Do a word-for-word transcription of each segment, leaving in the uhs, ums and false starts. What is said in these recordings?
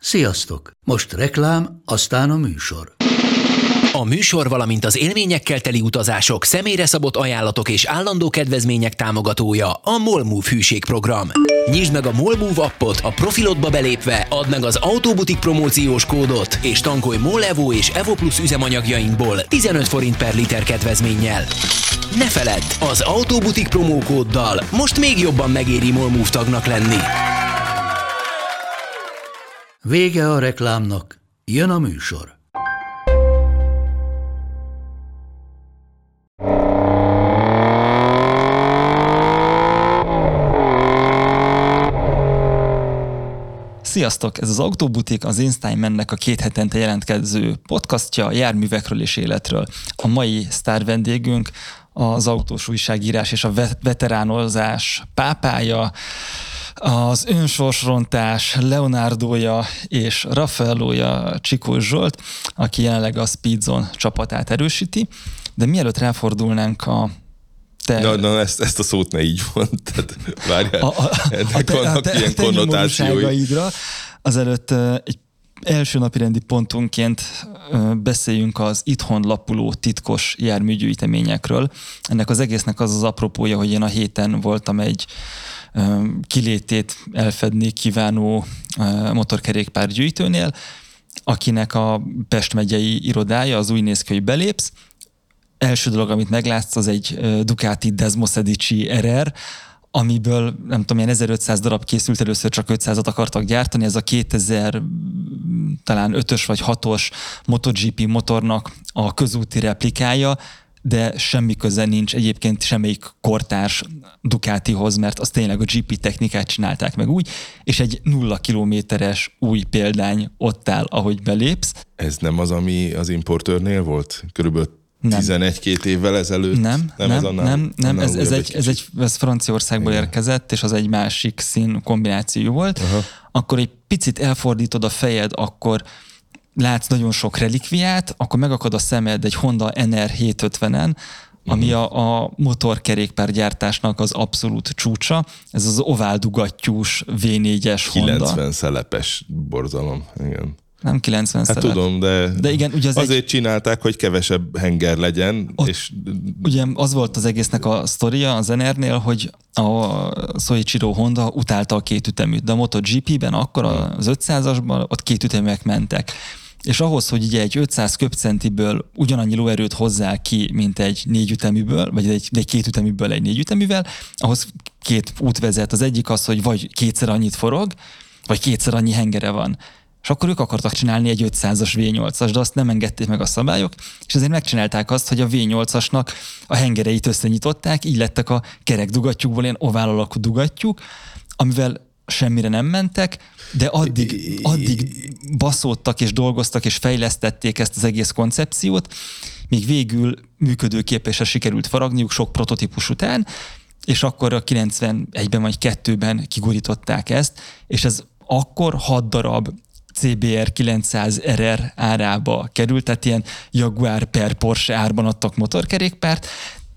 Sziasztok! Most reklám, aztán a műsor. A műsor, valamint az élményekkel teli utazások, személyre szabott ajánlatok és állandó kedvezmények támogatója a MOLMOVE hűségprogram. Nyisd meg a MOLMOVE appot, a profilodba belépve add meg az Autobutik promóciós kódot, és tankolj MOL Evo és Evo Plus üzemanyagjainkból tizenöt forint per liter kedvezménnyel. Ne feledd, az Autobutik promókóddal most még jobban megéri MOLMOVE tagnak lenni. Vége a reklámnak, jön a műsor. Sziasztok! Ez az Autobutik, az Instagramnek a két hetente jelentkező podcastja járművekről és életről. A mai sztár vendégünk az autós újságírás és a veteránozás pápája, az önsorsrontás Leonardója és Raffaellója Csikós Zsolt, aki jelenleg a Speedzone csapatát erősíti. De mielőtt ráfordulnánk a Te... Na, na ezt, ezt a szót ne így mond, tehát várjál, a, a, ennek a te, vannak a te, ilyen a te konnotációi. Azelőtt egy első napirendi pontunként beszéljünk az itthon lapuló titkos járműgyűjteményekről. Ennek az egésznek az az apropója, hogy én a héten voltam egy kilétét elfedni kívánó motorkerékpárgyűjtőnél, akinek a Pest megyei irodája, az úgy néz ki, hogy belépsz. Első dolog, amit meglátsz, az egy Ducati Desmosedici er er, amiből nem tudom, ilyen ezerötszáz darab készült, először csak ötszázat akartak gyártani, ez a kétezer talán ötös vagy hatos MotoGP motornak a közúti replikája, de semmi köze nincs egyébként semmelyik kortárs Ducatihoz, mert az tényleg a gé pé technikát csinálták meg úgy, és egy nulla kilométeres új példány ott áll, ahogy belépsz. Ez nem az, ami az importőrnél volt? Körülbelül tizenegy-két évvel ezelőtt? Nem, nem, ez, annál, nem, nem ez, ez, egy, ez, egy, ez Franciaországból igen. érkezett, és az egy másik szín kombináció volt. Aha. Akkor egy picit elfordítod a fejed, akkor látsz nagyon sok relikviát, akkor megakad a szemed egy Honda en er hétszázötvenen, ami a, a motorkerékpárgyártásnak az abszolút csúcsa. Ez az ováldugattyús vé négyes Honda. kilencven szelepes borzalom, igen. Nem kilencven hát szelep. tudom, de, de igen, ugye az azért egy... csinálták, hogy kevesebb henger legyen. Ott, és... Ugye az volt az egésznek a sztoria az en er-nél, hogy a Soichiro Honda utálta a kétüteműt, de a MotoGP-ben akkor az ötszázasban ott kétüteműek mentek. És ahhoz, hogy ugye egy ötszáz köbcentiből ugyanannyi lóerőt hozzá ki, mint egy négyüteműből, vagy egy, egy kétüteműből egy négyüteművel, ahhoz két út vezet. Az egyik az, hogy vagy kétszer annyit forog, vagy kétszer annyi hengere van. És akkor ők akartak csinálni egy ötszázas vé nyolcas, de azt nem engedték meg a szabályok, és ezért megcsinálták azt, hogy a vé nyolcasnak a hengereit összenyitották, így lettek a kerek dugattyúkból ilyen ovál alakú dugattyúk, amivel semmire nem mentek, de addig, addig baszódtak és dolgoztak és fejlesztették ezt az egész koncepciót, míg végül működőképesre sikerült faragniuk sok prototípus után, és akkor a kilencvenegyben vagy kettőben kigurították ezt, és ez akkor hat darab cé bé er kilencszáz er er árába került, tehát ilyen Jaguar per Porsche árban adtak motorkerékpárt,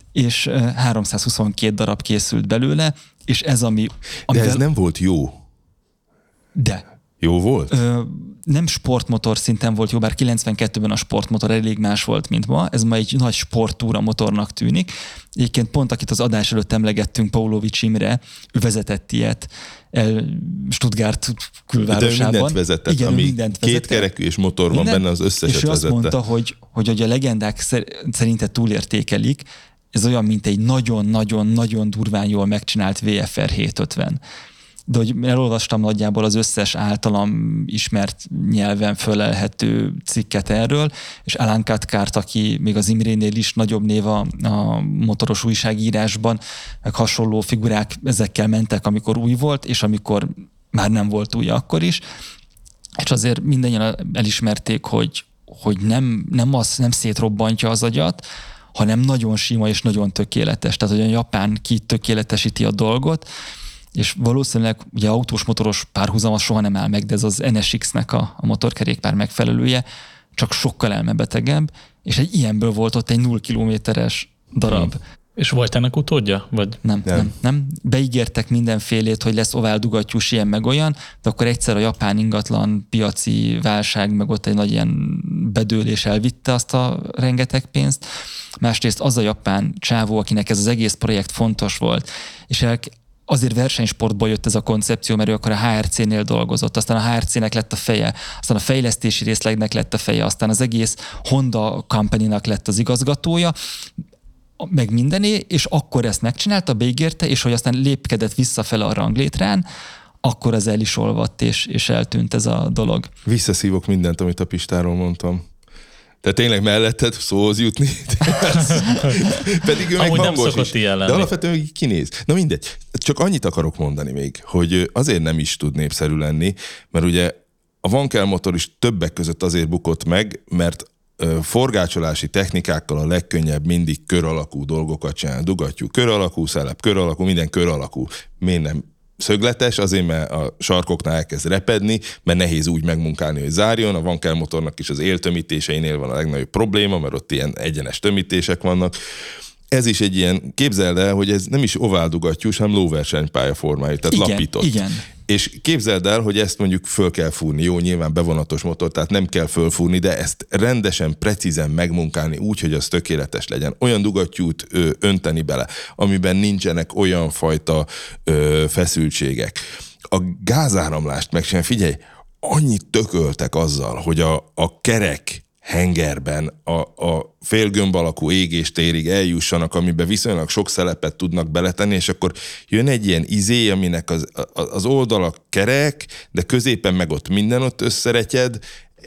és háromszázhuszonkettő darab készült belőle, és ez ami... Amivel... De ez nem volt jó. De. Jó volt? Ö, nem sportmotor szinten volt jó, bár kilencvenkettőben a sportmotor elég más volt, mint ma. Ez ma egy nagy sporttúra motornak tűnik. Egyébként pont, akit az adás előtt emlegettünk, Paulovics Imre, ő vezetett ilyet el Stuttgart külvárosában. De ő mindent vezetett, igen, ami mindent két kerekű és motor minden, van benne, az összeset és ő vezette. És azt mondta, hogy, hogy, hogy a legendák szerinte túlértékelik, ez olyan, mint egy nagyon-nagyon-nagyon durván jól megcsinált vé ef er hétszázötven. De hogy elolvastam nagyjából az összes általam ismert nyelven fölelhető cikket erről, és Alan Cathcart, aki még az Imrénél is nagyobb név a, a motoros újságírásban, meg hasonló figurák ezekkel mentek, amikor új volt, és amikor már nem volt új akkor is. És azért mindannyian elismerték, hogy, hogy nem, nem, az, nem szétrobbantja az agyat, hanem nagyon sima és nagyon tökéletes. Tehát, hogy a japán kitökéletesíti a dolgot, és valószínűleg ugye autós motoros párhuzama soha nem áll meg, de ez az en es iksz-nek a, a motorkerékpár megfelelője, csak sokkal elmebetegebb, és egy ilyenből volt ott egy nulla kilométeres darab. Hmm. És volt ennek utódja? Vagy? Nem, nem, nem, nem. Beígértek mindenfélét, hogy lesz ovál dugattyús ilyen meg olyan, de akkor egyszer a japán ingatlan piaci válság, meg ott egy nagy ilyen bedőlés elvitte azt a rengeteg pénzt. Másrészt az a japán csávó, akinek ez az egész projekt fontos volt, és el, azért versenysportból jött ez a koncepció, mert ő akkor a há er cé-nél dolgozott, aztán a há er cé-nek lett a feje, aztán a fejlesztési részlegnek lett a feje, aztán az egész Honda Company-nak lett az igazgatója, meg mindené, és akkor ezt megcsinálta, beígérte, és hogy aztán lépkedett visszafele a ranglétrán, akkor ez el is olvadt, és, és eltűnt ez a dolog. Visszaszívok mindent, amit a Pistáról mondtam. Tehát tényleg melletted szóhoz jutni. Pedig ő meg hangos is. De alapvetően meg kinéz. Na mindegy. Csak annyit akarok mondani még, hogy azért nem is tud népszerű lenni, mert ugye a Wankel motor is többek között azért bukott meg, mert forgácsolási technikákkal a legkönnyebb mindig kör alakú dolgokat csinálni. Dugattyú kör alakú, szelep kör alakú, minden kör alakú. Miért nem szögletes? Azért, mert a sarkoknál elkezd repedni, mert nehéz úgy megmunkálni, hogy zárjon. A Wankel motornak is az éltömítéseinél van a legnagyobb probléma, mert ott ilyen egyenes tömítések vannak. Ez is egy ilyen, képzeld el, hogy ez nem is ovál dugattyús, hanem lóversenypálya formájú, tehát igen, lapított. Igen. És képzeld el, hogy ezt mondjuk föl kell fúrni. Jó, nyilván bevonatos motor, tehát nem kell fölfúrni, de ezt rendesen, precízen megmunkálni úgy, hogy az tökéletes legyen. Olyan dugattyút ö, önteni bele, amiben nincsenek olyan fajta ö, feszültségek. A gázáramlást megcsinálni, figyelj, annyit tököltek azzal, hogy a, a kerek hengerben a, a félgömb alakú égéstérig eljussanak, amiben viszonylag sok szelepet tudnak beletenni, és akkor jön egy ilyen izé, aminek az, az oldalak kerek, de középen meg ott minden ott összeretyed.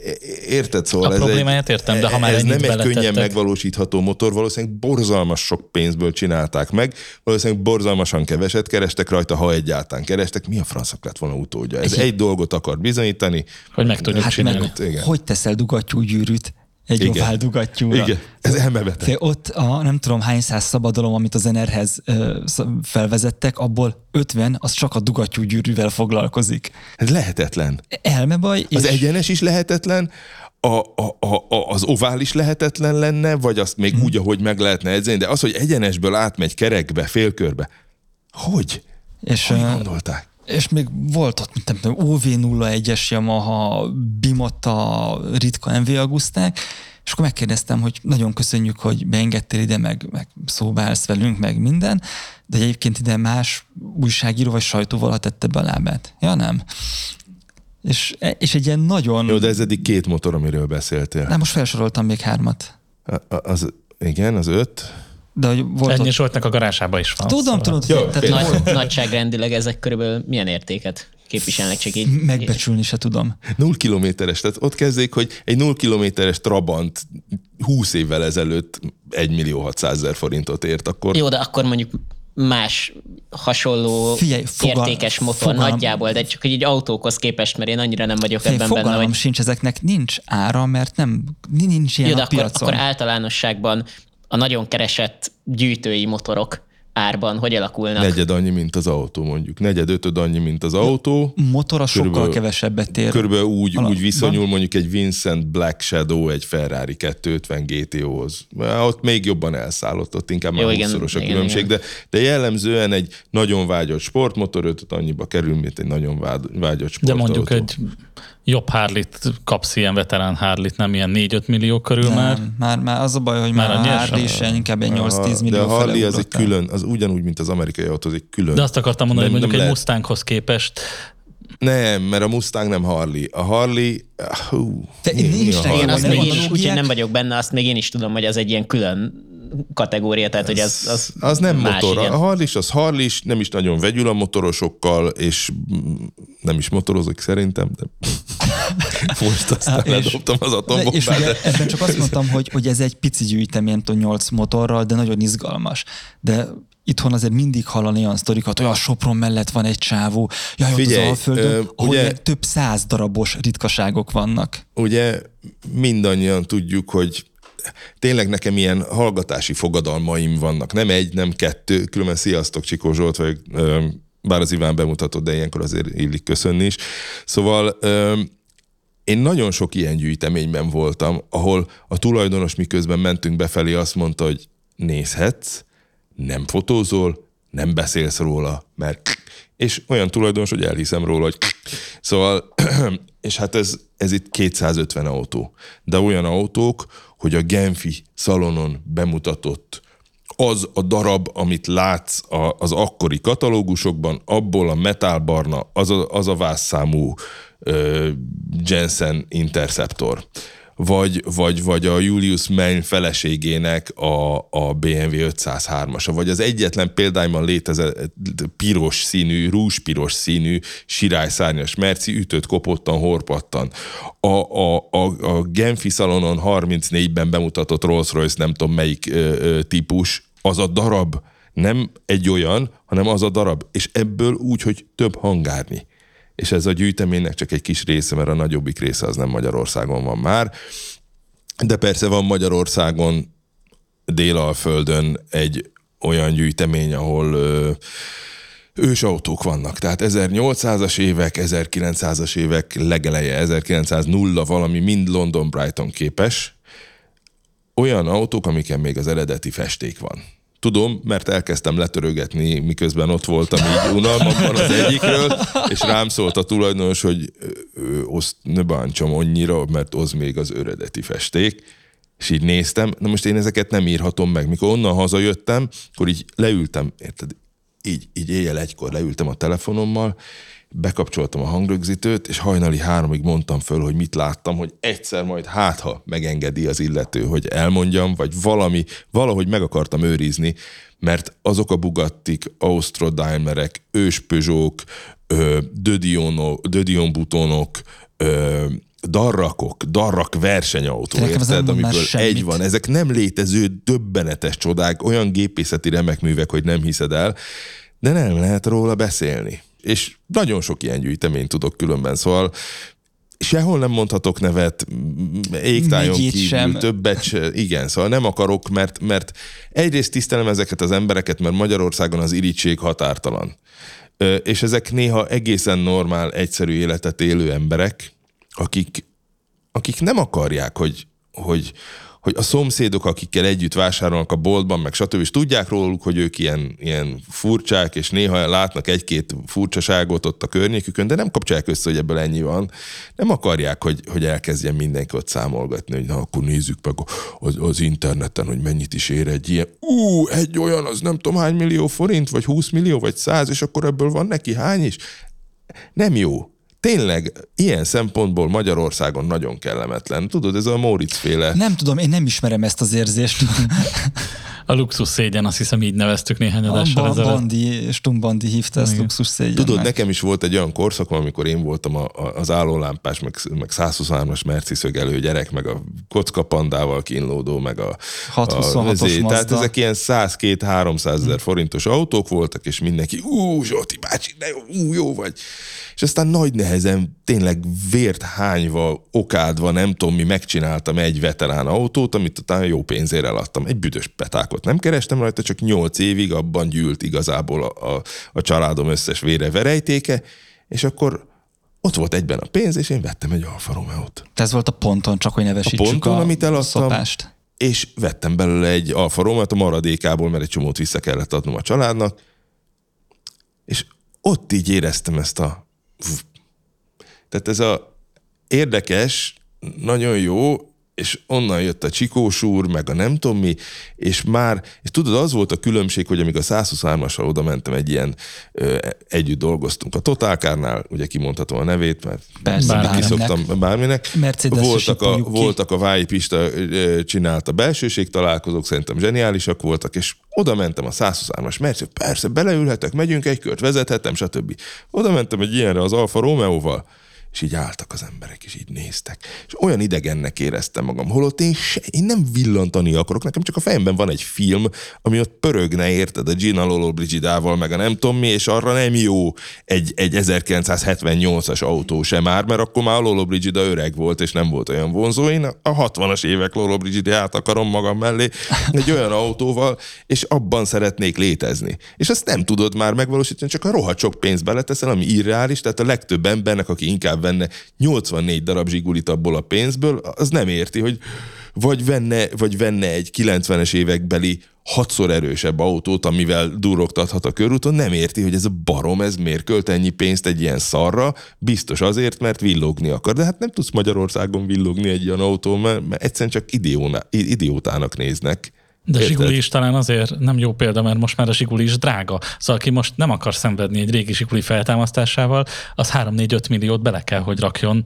Érted? Szóval a ez problémáját egy, értem, de ha már ez nem egy beletettek. könnyen megvalósítható motor, valószínűleg borzalmas sok pénzből csinálták meg, valószínűleg borzalmasan keveset kerestek rajta, ha egyáltalán kerestek. Mi a francok lett volna utódja? Ez egy, egy dolgot akar bizonyítani. Hogy meg tudjuk hát csinálni. meg, hogy teszel dugattyúgyűrűt egy igen. ovál dugattyúra? Igen, ez elmebeteg. Ott a nem tudom hány száz szabadalom, amit az en er-hez felvezettek, abból ötven az csak a dugattyúgyűrűvel foglalkozik. Ez lehetetlen. Elmebaj. Az és... egyenes is lehetetlen, a, a, a, a, az ovál is lehetetlen lenne, vagy azt még hmm. úgy, ahogy meg lehetne edzeni, de az, hogy egyenesből átmegy kerekbe, félkörbe, hogy? És, hogy gondolták? És még volt ott, mint nem tudom, ó vé nulla egyes Yamaha, Bimota, ritka em vé Augusták, és akkor megkérdeztem, hogy nagyon köszönjük, hogy beengedtél ide, meg, meg szóba állsz velünk, meg minden, de egyébként ide más újságíró vagy sajtóval tette be a lábát. Ja, nem. És, és egy ilyen nagyon... Jó, de ez eddig két motor, amiről beszéltél. Nem, most felsoroltam még hármat. A, az, igen, az öt... De hogy volt Ennyi ott... Zsoltnak a garázsában is van. Tudom, szóval. tudom. Jó, tehát Nagy, volt... nagyságrendileg ezek körülbelül milyen értéket képviselnek, csak így? Megbecsülni se tudom. Null kilométeres, tehát ott kezdték, hogy egy null kilométeres Trabant húsz évvel ezelőtt egy millió hatszázezer forintot ért, akkor... Jó, de akkor mondjuk más hasonló Figyelj, fogal, értékes motor fogalm, nagyjából, de csak egy autókhoz képest, mert én annyira nem vagyok figyelj, ebben benne, hogy... sincs, ezeknek nincs ára, mert nem, nincs ilyen Jó, de a akkor, piacon. akkor általánosságban a nagyon keresett gyűjtői motorok árban hogy alakulnak? Negyed annyi, mint az autó, mondjuk. Negyed, ötöd annyi, mint az autó. Motora sokkal kevesebbet ér. Körülbelül úgy, Alapban. úgy viszonyul mondjuk egy Vincent Black Shadow egy Ferrari kétszázötven gé té ó-hoz. Ott még jobban elszállott, ott inkább már húszszoros a igen, különbség, igen. de, de jellemzően egy nagyon vágyott sportmotor, ötöt annyiba kerül, mint egy nagyon vágyott sportautó. De mondjuk egy jobb Harley-t kapsz, ilyen veterán Harley-t, nem ilyen négy-öt millió körül nem, már? már? Már az a baj, hogy már, már a Harley is inkább egy nyolc-tíz millió. De a Harley az egy külön, az ugyanúgy, mint az amerikai autó, az egy külön. De azt akartam mondani, nem, hogy mondjuk nem egy lehet. Mustanghoz képest. Nem, mert a Mustang nem Harley. A Harley... Hú, Te, mi, mi nincs a neki Igen, Harley? azt nem még én is, analógiák. úgyhogy nem vagyok benne, azt még én is tudom, hogy az egy ilyen külön kategória, tehát hogy az, az, az nem más, motor. igen. A Harley is az Harley is, nem is nagyon vegyül a motorosokkal, és nem is motorozik szerintem, de most aztán és, ledobtam az atombombát. És ugye de... ebben csak azt mondtam, hogy, hogy ez egy pici gyűjtemény, nem tudom, nyolc motorral, de nagyon izgalmas. De itthon azért mindig hallani olyan sztorikat, hogy a Sopron mellett van egy csávó, jaj, ott az Figyelj, Alföldön, ö, ahol ugye- ilyen több száz darabos ritkaságok vannak. Ugye mindannyian tudjuk, hogy tényleg nekem ilyen hallgatási fogadalmaim vannak. Nem egy, nem kettő, különben sziasztok, Csikó Zsolt vagyok, ö, bár az Iván bemutatott, de ilyenkor azért illik köszönni is. Szóval ö, én nagyon sok ilyen gyűjteményben voltam, ahol a tulajdonos miközben mentünk befelé azt mondta, hogy nézhetsz, nem fotózol, nem beszélsz róla, mert és olyan tulajdonos, hogy elhiszem róla, hogy szóval, és hát ez, ez itt kétszázötven autó. De olyan autók, hogy a Genfi szalonon bemutatott az a darab, amit látsz a, az akkori katalógusokban, abból a metálbarna, az a, az a vászszámú uh, Jensen Interceptor. Vagy, vagy, vagy a Julius Mann feleségének a, a bé em vé ötszázhármasa, vagy az egyetlen példányban létező piros színű, rúzspiros színű sirályszárnyas merci ütött, kopottan, horpattan. A, a, a, a Genfi szalonon harmincnégyben bemutatott Rolls-Royce, nem tudom melyik ö, ö, típus, az a darab nem egy olyan, hanem az a darab, és ebből úgy, hogy több hangárnyi. És ez a gyűjteménynek csak egy kis része, mert a nagyobbik része az nem Magyarországon van már. De persze van Magyarországon, Délalföldön egy olyan gyűjtemény, ahol ö, ősautók vannak. Tehát ezernyolcszázas évek, ezerkilencszázas évek legeleje, ezerkilencszáz nulla valami, mind London Brighton képes. Olyan autók, amiken még az eredeti festék van. Tudom, mert elkezdtem letörögetni, miközben ott voltam így unalmamban az egyikről, és rám szólt a tulajdonos, hogy azt ne bántsam annyira, mert az még az eredeti festék. És így néztem, na most én ezeket nem írhatom meg. Mikor onnan hazajöttem, akkor így leültem, érted? Így, így éjjel egykor leültem a telefonommal, bekapcsoltam a hangrögzítőt, és hajnali háromig mondtam föl, hogy mit láttam, hogy egyszer majd hátha megengedi az illető, hogy elmondjam, vagy valami, valahogy meg akartam őrizni, mert azok a Bugattik, Austro-Daimlerek, ős Peugeot, Dödion butonok, darrakok, darrak versenyautó, érted, amikor egy van. Ezek nem létező döbbenetes csodák, olyan gépészeti remekművek, hogy nem hiszed el, de nem lehet róla beszélni. És nagyon sok ilyen gyűjteményt tudok különben, szóval sehol nem mondhatok nevet, égtájon kívül, sem. Többet se, igen, szóval nem akarok, mert, mert egyrészt tisztelem ezeket az embereket, mert Magyarországon az irigység határtalan. És ezek néha egészen normál, egyszerű életet élő emberek, akik, akik nem akarják, hogy, hogy, hogy a szomszédok, akikkel együtt vásárolnak a boltban, meg stb. És tudják róluk, hogy ők ilyen, ilyen furcsák, és néha látnak egy-két furcsaságot ott a környékükön, de nem kapcsolják össze, hogy ebből ennyi van. Nem akarják, hogy, hogy elkezdjen mindenki ott számolgatni, hogy na, akkor nézzük meg az, az interneten, hogy mennyit is ér egy ilyen. Ú, egy olyan, az nem tudom hány millió forint, vagy húsz millió, vagy száz, és akkor ebből van neki hány is. Nem jó. Tényleg, ilyen szempontból Magyarországon nagyon kellemetlen. Tudod, ez a Móricz-féle... Nem tudom, én nem ismerem ezt az érzést. A luxus szégyen, azt hiszem így neveztük néhány adással ezelőtt. A Bandi, Stumbandi hívta ezt luxus szégyennek. Tudod, nekem is volt egy olyan korszakom, amikor én voltam a, a, az állólámpás, meg, meg százhuszonhármas merci szögelő gyerek, meg a kockapandával kínlódó, meg a... hatszázhuszonhatos Mazda. Tehát ezek ilyen száz-kétszáz-háromszázezer forintos autók voltak, és mindenki, ú, Zsolti bácsi, de jó, ú, jó vagy. És aztán nagy nehezen, tényleg vért hányva, okádva, nem tudom mi, megcsináltam egy veterán autót, amit utána jó pénzért eladtam. Egy büdös petákot nem kerestem rajta, csak nyolc évig abban gyűlt igazából a, a, a családom összes vére verejtéke, és akkor ott volt egyben a pénz, és én vettem egy Alfa Romeo-t. Ez volt a ponton, csak hogy nevesítsük a ponton, a amit eladtam, szopást. És vettem belőle egy Alfa Romeo-t a maradékából, mert egy csomót vissza kellett adnom a családnak, és ott így éreztem ezt a Tehát ez a érdekes, nagyon jó, és onnan jött a Csikós úr, meg a nem tudom mi, és már, és tudod, az volt a különbség, hogy amíg a százhuszonhármasra oda mentem, egy ilyen, ö, együtt dolgoztunk a Totálkárnál, ugye kimondhatom a nevét, mert persze, kiszoktam bárminek. Voltak a, voltak a Vályi Pista ö, csinálta belsőség találkozók, szerintem zseniálisak voltak, és oda mentem a százhuszonhármas Merci, persze, beleülhetek, megyünk egy kört, vezethetem, stb. Oda mentem egy ilyenre az Alfa Romeo-val, és így álltak az emberek, és így néztek. És olyan idegennek éreztem magam, holott én, se, én nem villantani akarok, nekem csak a fejemben van egy film, ami ott pörögne, érted, a Gina Lollobrigidával, meg a nem tudom mi, és arra nem jó egy, egy ezerkilencszázhetvennyolcas autó sem már, mert akkor már a Lollobrigida öreg volt, és nem volt olyan vonzó. Én a hatvanas évek Lollobrigidát akarom magam mellé egy olyan autóval, és abban szeretnék létezni. És azt nem tudod már megvalósítani, csak a rohadt sok pénzt beleteszel, ami irreális, tehát a legtöbb embernek, aki inkább venne nyolcvannégy darab zsigulit abból a pénzből, az nem érti, hogy vagy venne, vagy venne egy kilencvenes évekbeli hatszor erősebb autót, amivel durrogtathat a körúton, nem érti, hogy ez a barom, ez miért költ ennyi pénzt egy ilyen szarra, biztos azért, mert villogni akar. De hát nem tudsz Magyarországon villogni egy ilyen autó, mert, mert egyszerűen csak idióna, idiótának néznek. De a Érted? Zsiguli is talán azért nem jó példa, mert most már a Zsiguli is drága. Szóval aki most nem akar szenvedni egy régi Zsiguli feltámasztásával, az három-négy-öt milliót bele kell, hogy rakjon,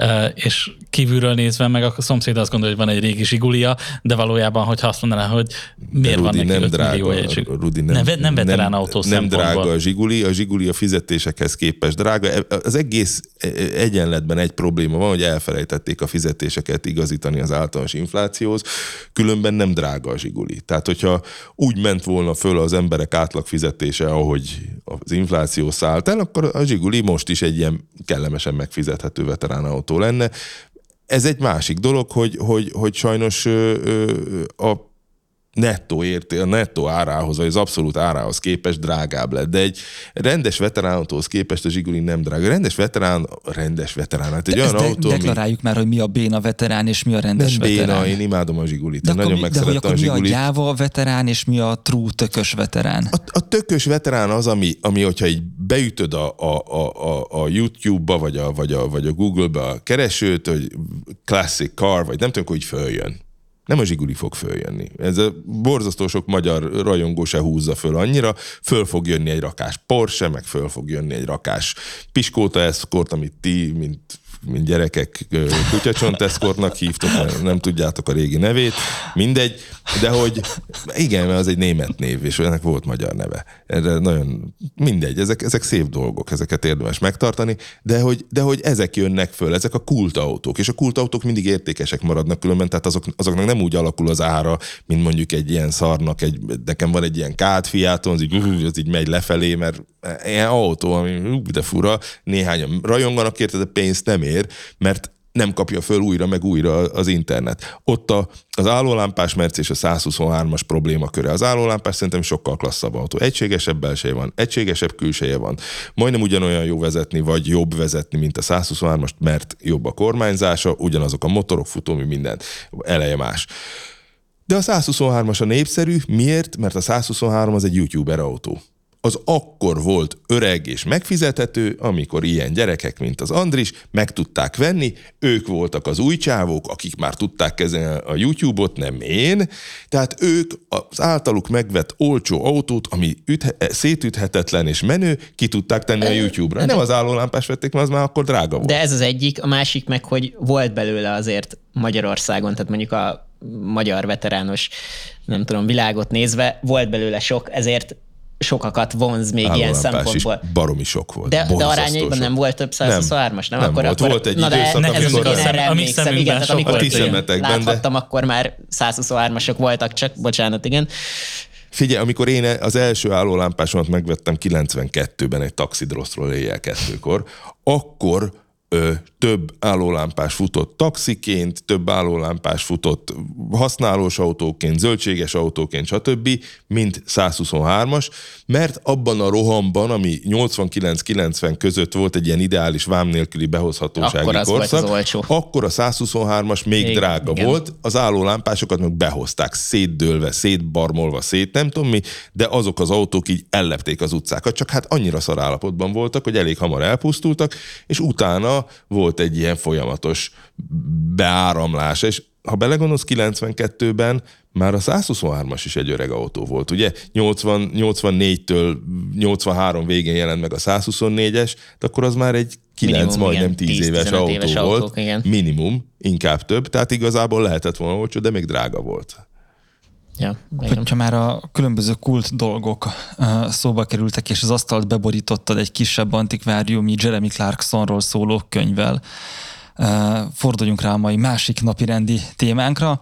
és kívülről nézve meg a szomszéd azt gondolja, hogy van egy régi Zsigulia, de valójában, hogyha azt mondaná, hogy miért Rudi, van neki nem öt drága, millió egy Rudi, nem, nem, nem veterán autó Nem, nem drága a Zsiguli, a Zsiguli a fizetésekhez képest drága. Az egész egyenletben egy probléma van, hogy elfelejtették a fizetéseket igazítani az általános inflációhoz, különben nem drága a Zsiguli. Tehát, hogyha úgy ment volna föl az emberek átlag fizetése, ahogy az infláció szállt el, akkor a Zsiguli most is egy ilyen kellemesen megfizethető veteránautó lenne. Ez egy másik dolog, hogy, hogy, hogy sajnos a nettó érté, a nettó árához, vagy az abszolút árához képest drágább lett. De egy rendes veteránautóhoz képest a Zsiguli nem drága. A rendes veterán, rendes veterán, hát egy de olyan de, autó, deklaráljuk ami... már, hogy mi a béna veterán, és mi a rendes nem veterán. Béna, én imádom a Zsigulit. De, nagyon akkor, megszerettem de hogy a akkor Zsigulit. mi a gyáva veterán, és mi a true tökös veterán? A, a tökös veterán az, ami, ami hogyha így beütöd a, a, a, a YouTube-ba, vagy a, vagy, a, vagy a Google-ba a keresőt, hogy classic car, vagy nem tudom, hogy följön. Nem a Zsiguli fog följönni. Ez a borzasztó sok magyar rajongó se húzza föl annyira. Föl fog jönni egy rakás Porsche, meg föl fog jönni egy rakás Piskóta Escort, amit ti, mint, mint gyerekek kutyacsont Escortnak hívtok, mert nem tudjátok a régi nevét. Mindegy, de hogy igen, mert az egy német név, és ennek volt magyar neve. Erre nagyon mindegy, ezek, ezek szép dolgok, ezeket érdemes megtartani, de hogy, de hogy ezek jönnek föl, ezek a kultautók, és a kultautók mindig értékesek maradnak különben, tehát azok, azoknak nem úgy alakul az ára, mint mondjuk egy ilyen szarnak, egy, nekem van egy ilyen Kád Fiaton, az így, az így megy lefelé, mert ilyen autó, ami de fura, néhányan rajonganak érte, de pénzt nem ér, mert nem kapja föl újra meg újra az internet. Ott a, az állólámpás Merci és a százhuszonhármas problémaköre. Az állólámpás szerintem sokkal klasszabb autó. Egységesebb belseje van, egységesebb külseje van. Majdnem ugyanolyan jó vezetni, vagy jobb vezetni, mint a százhuszonhármast, mert jobb a kormányzása, ugyanazok a motorok, futómű, minden. Eleje más. De a százhuszonhármas a népszerű. Miért? Mert a százhuszonhárom az egy youtuber autó. Az akkor volt öreg és megfizethető, amikor ilyen gyerekek, mint az Andris, meg tudták venni, ők voltak az új csávók, akik már tudták kezelni a YouTube-ot, nem én, tehát ők az általuk megvett olcsó autót, ami üthe, szétüthetetlen és menő, ki tudták tenni a YouTube-ra. Nem az állólámpás vették, mert az már akkor drága volt. De ez az egyik, a másik meg, hogy volt belőle azért Magyarországon, tehát mondjuk a magyar veterános, nem tudom, világot nézve, volt belőle sok, ezért sokakat vonz még ilyen szempontból. Is baromi sok volt. De, de arányaiban nem volt több százhuszonhármas, nem? Nem akkor, volt. Akkor, volt egy na időszak, de ez amikor... én erre emlékszem, igen, tehát amikor én láthattam, de... akkor már százhuszonhármasok voltak csak, bocsánat, igen. Figyelj, amikor én az első állólámpásomat megvettem kilencvenkettőben egy taxidrosztról éjjel kettőkor, akkor Ö, több állólámpás futott taxiként, több állólámpás futott használós autóként, zöldséges autóként, stb., mint százhuszonhármas, mert abban a rohamban, ami nyolcvankilenc-kilencven között volt egy ilyen ideális vám nélküli behozhatósági akkor az korszak, volt az olcsó. Akkor a százhuszonhármas még, még drága igen. volt, az állólámpásokat meg behozták, szétdőlve, szétbarmolva, szét nem tudom mi, de azok az autók így ellepték az utcákat, csak hát annyira szar állapotban voltak, hogy elég hamar elpusztultak, és utána volt egy ilyen folyamatos beáramlás, és ha belegondolsz, kilencvenkettőben már a százhuszonhármas is egy öreg autó volt, ugye? nyolcvan, nyolcvannégytől nyolcvanhárom végén jelent meg a százhuszonnégyes, de akkor az már egy kilenc, majdnem tíz éves autó éves volt. Autók, igen. Minimum, inkább több, tehát igazából lehetett volna olcsó, de még drága volt. Ja, hogyha már a különböző kult dolgok szóba kerültek, és az asztalt beborítottad egy kisebb antikváriumi Jeremy Clarksonról szóló könyvvel, forduljunk rá a mai másik napirendi témánkra,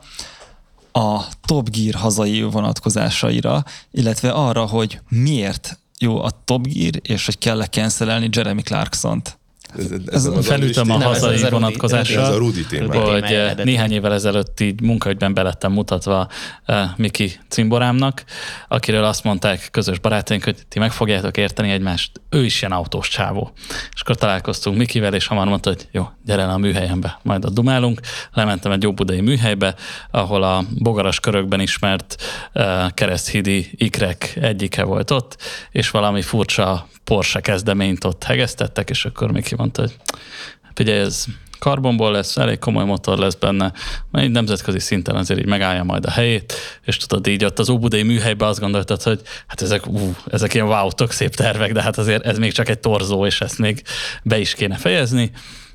a Top Gear hazai vonatkozásaira, illetve arra, hogy miért jó a Top Gear, és hogy kell-e cancelelni Jeremy Clarksont. Ez ez felütöm a hazai ez vonatkozásra, ez a Rudi téma. hogy néhány évvel ezelőtt így munkaügyben belettem mutatva uh, Miki cimborámnak, akiről azt mondták közös barátaink, hogy ti meg fogjátok érteni egymást, ő is ilyen autós csávó. És akkor találkoztunk Mikivel, és hamar mondta, hogy jó, gyere le a műhelyembe, majd ott dumálunk. Lementem egy óbudai műhelybe, ahol a bogaras körökben ismert uh, kereszthídi ikrek egyike volt ott, és valami furcsa Porsche kezdeményt ott hegesztettek, és akkor Miki mondta, hogy figyelj, ez karbonból lesz, elég komoly motor lesz benne, majd nemzetközi szinten azért így megállja majd a helyét, és tudod, így ott az óbudai műhelyben azt gondoltad, hogy hát ezek, ú, ezek ilyen wow, tök szép tervek, de hát azért ez még csak egy torzó, és ezt még be is kéne fejezni.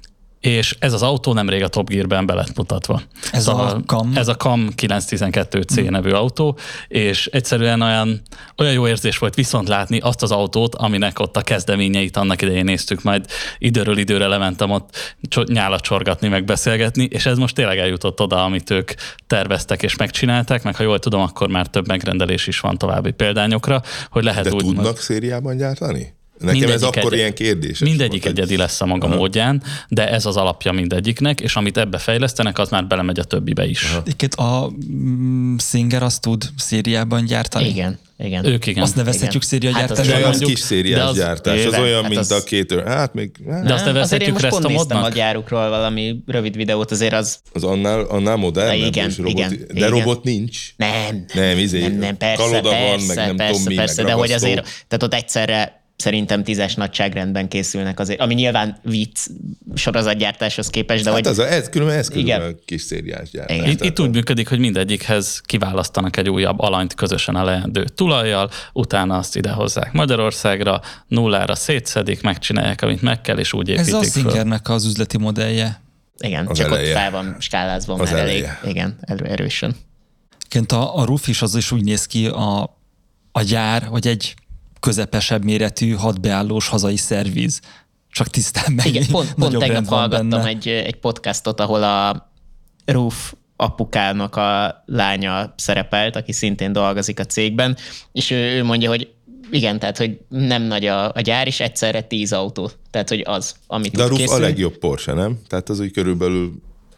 És ez az autó nemrég a Top Gear-ben be lett mutatva. Ez szóval a Kam? Ez a Kam kilencszáztizenkettő cé nevű autó, és egyszerűen olyan, olyan jó érzés volt viszont látni azt az autót, aminek ott a kezdeményeit annak idején néztük, majd időről időre lementem ott nyálat csorgatni, meg beszélgetni, és ez most tényleg eljutott oda, amit ők terveztek és megcsinálták, meg ha jól tudom, akkor már több megrendelés is van további példányokra, hogy lehet De úgy... tudnak mond... szériában gyártani? Nekem Mindegyik ez akkor egy, ilyen kérdés. Mindegyik volt, egyedi lesz a maga aha. módján, de ez az alapja mindegyiknek, és amit ebbe fejlesztenek, az már belemegy a többibe is. Egyébként a mm, Singer azt tud szériában gyártani? Igen. Igen. Ők igen. Azt nevezhetjük szériagyártásra. Hát az, az kis szériás az, gyártás, az olyan, hát mint az... a két... Hát még... Hát. De azt nevezhetjük restomodnak? a gyárukról valami rövid videót, azért az... Az annál, annál modern, igen, robot, igen, de igen. robot nincs. Nem. Nem, izé, nem, nem persze, kaloda persze, van, meg nem persze, tudom mi, persze, meg de hogy azért, tehát ott egyszerre szerintem tízes nagyságrendben készülnek azért, ami nyilván vicc sorozatgyártáshoz képest, de hát hogy... Az a, ez különben ez különben a kis szériás gyártás. Itt, itt úgy működik, hogy mindegyikhez kiválasztanak egy újabb alanyt közösen a leendő tulajjal, utána azt idehozzák Magyarországra, nullára szétszedik, megcsinálják, amit meg kell, és úgy építik. Ez a Singernek az üzleti modellje. Igen, az csak eleje. ott fel van skálázva az már eleje. elég. Igen, erő, erősen. Ként a, a roof is az is úgy néz ki a, a gyár, hogy egy közepesebb méretű, hatbeállós hazai szerviz. Csak tisztán meg. Igen, pont, pont tegnap hallgattam benne. egy, egy podcastot, ahol a Roof apukának a lánya szerepelt, aki szintén dolgozik a cégben, és ő, ő mondja, hogy igen, tehát, hogy nem nagy a, a gyár, és egyszerre tíz autó. Tehát, hogy az, amit De a Roof készül. a legjobb Porsche, nem? Tehát az úgy körülbelül...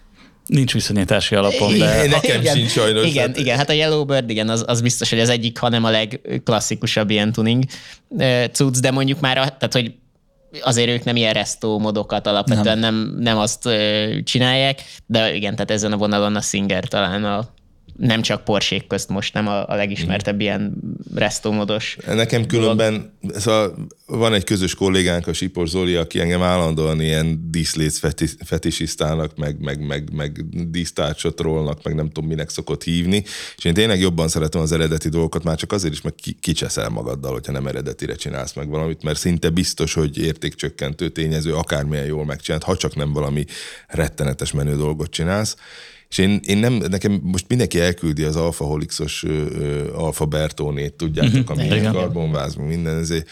Nincs viszonyítási alapon, de... Nekem igen, sincs sajnos. Igen, hát... igen, hát a Yellowbird, igen, az, az biztos, hogy az egyik, hanem a legklasszikusabb ilyen tuning cucc, de mondjuk már, a, tehát, hogy azért ők nem ilyen resto modokat alapvetően nem, nem, nem azt csinálják, de igen, tehát ezen a vonalon a Singer talán a nem csak Porsche-k közt most nem a, a legismertebb mm. ilyen resto-modos. Nekem különben szóval van egy közös kollégánk, a Sipos Zoli, aki engem állandóan ilyen díszléc fetisistának, meg, meg, meg, meg dísztárcsot rollnak, meg nem tudom minek szokott hívni, és én tényleg jobban szeretem az eredeti dolgokat, már csak azért is, meg kicseszel magaddal, hogyha nem eredetire csinálsz meg valamit, mert szinte biztos, hogy értékcsökkentő tényező, akármilyen jól megcsinált, ha csak nem valami rettenetes menő dolgot csinálsz. És én, én nem, nekem most mindenki elküldi az Alfaholixos Alfa Bertónét, tudjátok, ami ilyen karbonváz, minden, ezért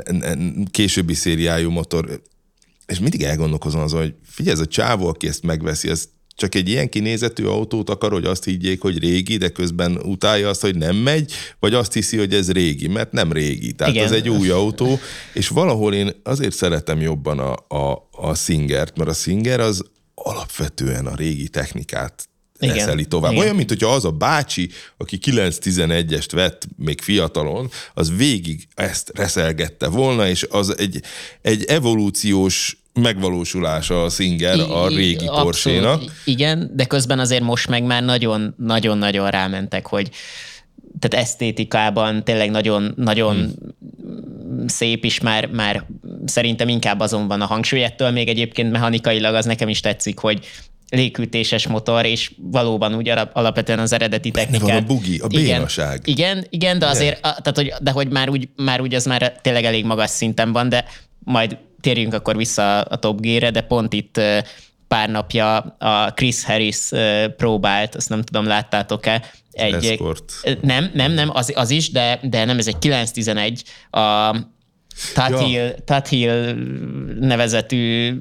későbbi szériájú motor, és mindig elgondolkozom azon, hogy figyelj, ez a csávó, aki ezt megveszi, ez csak egy ilyen kinézetű autót akar, hogy azt higgyék, hogy régi, de közben utálja azt, hogy nem megy, vagy azt hiszi, hogy ez régi, mert nem régi. Tehát igen. Ez egy új autó, és valahol én azért szeretem jobban a, a, a Singert, mert a Singer az alapvetően a régi technikát reszeli tovább. Igen. Olyan, mint hogyha az a bácsi, aki kilenc tizenegyest vett még fiatalon, az végig ezt reszelgette volna, és az egy, egy evolúciós megvalósulása a Singer I, a régi Porsche-nak. Igen, de közben azért most meg már nagyon-nagyon rámentek, hogy tehát esztétikában tényleg nagyon, nagyon hmm. szép is, már, már szerintem inkább azon van a hangsúly. Ettől még egyébként mechanikailag az nekem is tetszik, hogy légkütéses motor, és valóban úgy alapvetően az eredeti technikát. Benne van a bugi, a bénaság. Igen, igen, igen, de azért, tehát, hogy, de hogy már úgy, már úgy az már tényleg elég magas szinten van, de majd térjünk akkor vissza a Top Gear-re, de pont itt pár napja a Chris Harris próbált, azt nem tudom, láttátok-e? Egy, Escort. Nem, nem, nem, az, az is, de, de nem, ez egy kilenc tizenegy, a Tathil, ja. Tathil nevezetű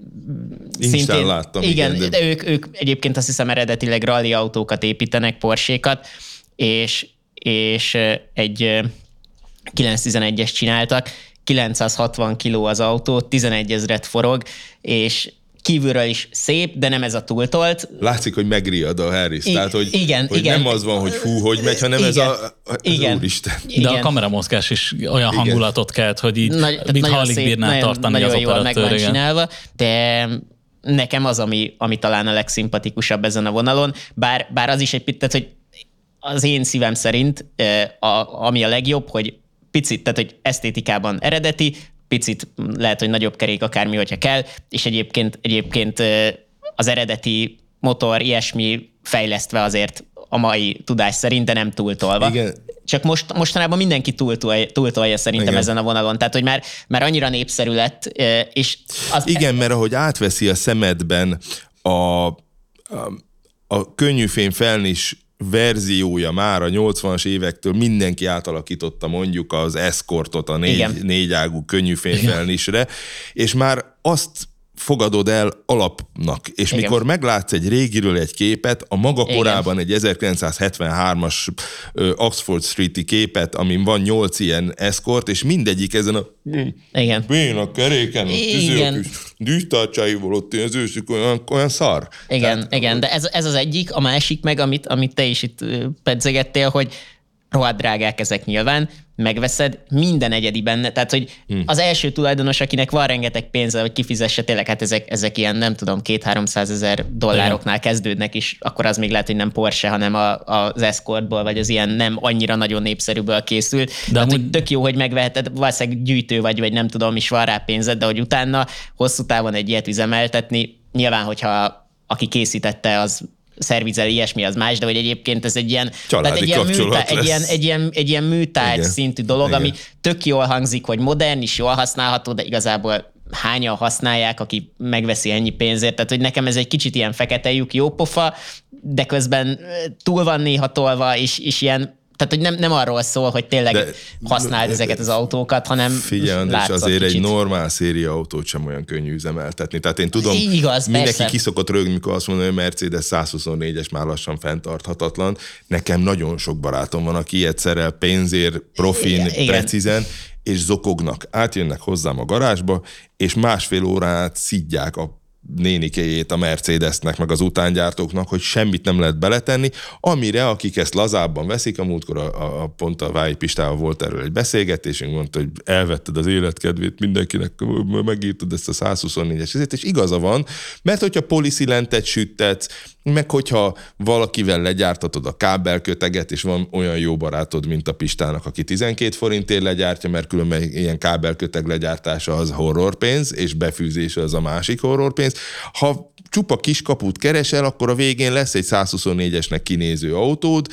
szintén láttam. Igen, igen, de, de ők, ők egyébként azt hiszem eredetileg rally autókat építenek, Porsche-kat, és, és egy kilenc tizenegyes csináltak, kilencszázhatvan kiló az autó, tizenegy ezret forog, és kívülről is szép, de nem ez a túltolt. Látszik, hogy megriad a Harris. I- Tehát, hogy, igen, hogy igen. nem az van, hogy fú, hogy megy, hanem igen, ez a ez igen, úristen. De igen. a kameramozgás is olyan igen. hangulatot kelt, hogy így Nagy, mit alig bírná nagyon, tartani nagyon az jól operatőr. meg van csinálva, de nekem az, ami, ami talán a legszimpatikusabb ezen a vonalon, bár, bár az is egy picit, hogy az én szívem szerint, a, ami a legjobb, hogy picit, tehát hogy esztétikában eredeti, picit lehet, hogy nagyobb kerék akármi, hogyha kell, és egyébként, egyébként az eredeti motor ilyesmi fejlesztve azért a mai tudás szerint, de nem túltolva. Igen. Csak most, mostanában mindenki túltolja, túltolja szerintem igen. ezen a vonalon. Tehát, hogy már, már annyira népszerű lett, és... Az igen, mert ahogy átveszi a szemedben a, a, a könnyűfém felnis verziója már a nyolcvanas évektől mindenki átalakította mondjuk az Escortot a négy, négyágú könnyűfémfelnisre, és már azt fogadod el alapnak, és igen. mikor meglátsz egy régiről egy képet, a maga igen. korában egy ezerkilencszázhetvenhármas Oxford Street-i képet, amin van nyolc ilyen Escort, és mindegyik ezen a igen. béna keréken, a dűjtárcsáival ott az ősük, olyan, olyan szar. Igen, Tehát, igen, de ez, ez az egyik, a másik meg, amit, amit te is itt pedzegettél, hogy rohadt drágák ezek nyilván, megveszed, minden egyedi benne, tehát hogy hmm. az első tulajdonos, akinek van rengeteg pénze, hogy kifizesse, tényleg hát ezek, ezek ilyen nem tudom, két-háromszázezer dollároknál igen. kezdődnek is, akkor az még lehet, hogy nem Porsche, hanem a, az Escortból, vagy az ilyen nem annyira nagyon népszerűből készült. De tehát, amúgy... hogy tök jó, hogy megveheted, valószínűleg gyűjtő vagy, vagy nem tudom, is van rá pénzed, de hogy utána hosszú távon egy ilyet üzemeltetni, nyilván, hogyha aki készítette, az szervizel, ilyesmi, az más, de hogy egyébként ez egy ilyen, tehát egy, ilyen műtár, egy, ilyen, egy, ilyen, egy ilyen műtárgy igen. szintű dolog, igen. ami tök jól hangzik, hogy modern is, jól használható, de igazából hányan használják, aki megveszi ennyi pénzért, tehát hogy nekem ez egy kicsit ilyen fekete lyuk, jó pofa, de közben túl van néha tolva, és, és ilyen tehát, hogy nem, nem arról szól, hogy tényleg de, használd de, ezeket az autókat, hanem figyelj, és azért kicsit. Egy normál széria autót sem olyan könnyű üzemeltetni. Tehát én tudom, igaz, mindenki persze. kiszokott rögni, mikor azt mondja, hogy a Mercedes százhuszonnégyes már lassan fenntarthatatlan. Nekem nagyon sok barátom van, aki ilyet szerel pénzért, profin, igen. precízen, és zokognak. Átjönnek hozzám a garázsba, és másfél órát szidják a nénikéjét a Mercedesnek, meg az utángyártóknak, hogy semmit nem lehet beletenni, amire, akik ezt lazábban veszik, a múltkor a, a, pont a Vályi Pistával volt erről egy beszélgetésünk, mondta, hogy elvetted az életkedvét mindenkinek, megírtad ezt a százhuszonnégyes ezért, és igaza van, mert hogyha poliszilentet süttetsz, meg hogyha valakivel legyártatod a kábelköteget, és van olyan jó barátod, mint a Pistának, aki tizenkét forintért legyártja, mert különben ilyen kábelköteg legyártása az horrorpénz, és befűzése az a másik horrorpénz. Ha csupa kiskaput keresel, akkor a végén lesz egy százhuszonnégyesnek kinéző autód,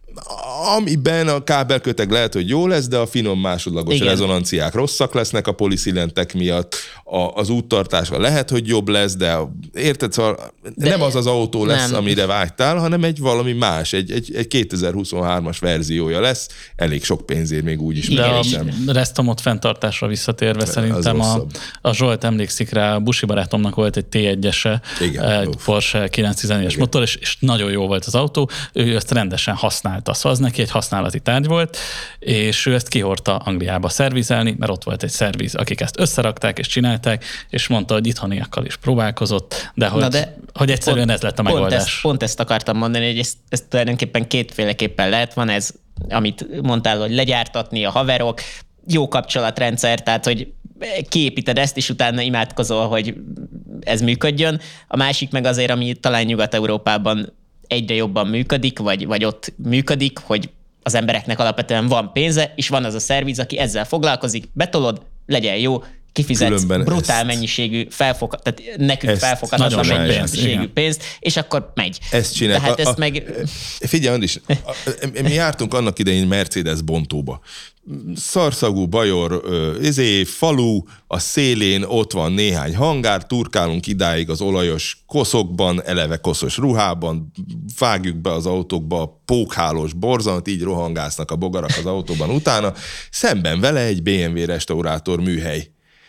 amiben a kábelköteg lehet, hogy jó lesz, de a finom másodlagos igen. rezonanciák rosszak lesznek a poliszilentek miatt, a, az úttartása lehet, hogy jobb lesz, de érted, szóval de nem az az autó lesz, nem. amire vágytál, hanem egy valami más, egy, egy, egy kétezer-huszonhármas verziója lesz, elég sok pénzért még úgy is. De a Restomot fenntartásra visszatérve de szerintem a, a Zsolt emlékszik rá, a busi barátomnak volt egy té egyese, egy Uf. Porsche kilencszáztizennégyes motor, és, és nagyon jó volt az autó, ő ezt rendesen használta. Szóval az neki egy használati tárgy volt, és ő ezt kihordta Angliába szervizelni, mert ott volt egy szerviz, akik ezt összerakták és csinálták, és mondta, hogy itthoniakkal is próbálkozott, de hogy, de hogy egyszerűen pont, ez lett a megoldás. Pont ezt, pont ezt akartam mondani, hogy ezt, ezt tulajdonképpen kétféleképpen lehet. Van ez, amit mondtál, hogy legyártatni a haverok, jó kapcsolatrendszer, tehát hogy kiépíted ezt, és utána imádkozol, hogy ez működjön. A másik meg azért, ami talán Nyugat-Európában egyre jobban működik, vagy, vagy ott működik, hogy az embereknek alapvetően van pénze, és van az a szerviz, aki ezzel foglalkozik, betolod, legyen jó, kifizetsz különben brutál ezt, mennyiségű, felfog, tehát nekünk felfoghatatlan mennyiségű pénzt, pénzt, és akkor megy. Ezt csinál. Tehát a, ezt a, meg... Figyelj, Andis, mi jártunk annak idején Mercedes bontóba. Szarszagú bajor, izé, falu, a szélén ott van néhány hangár, turkálunk idáig az olajos koszokban, eleve koszos ruhában, vágjuk be az autókba a pókhálós borzant, így rohangásznak a bogarak az autóban utána, szemben vele egy bé em vé restaurátor műhely,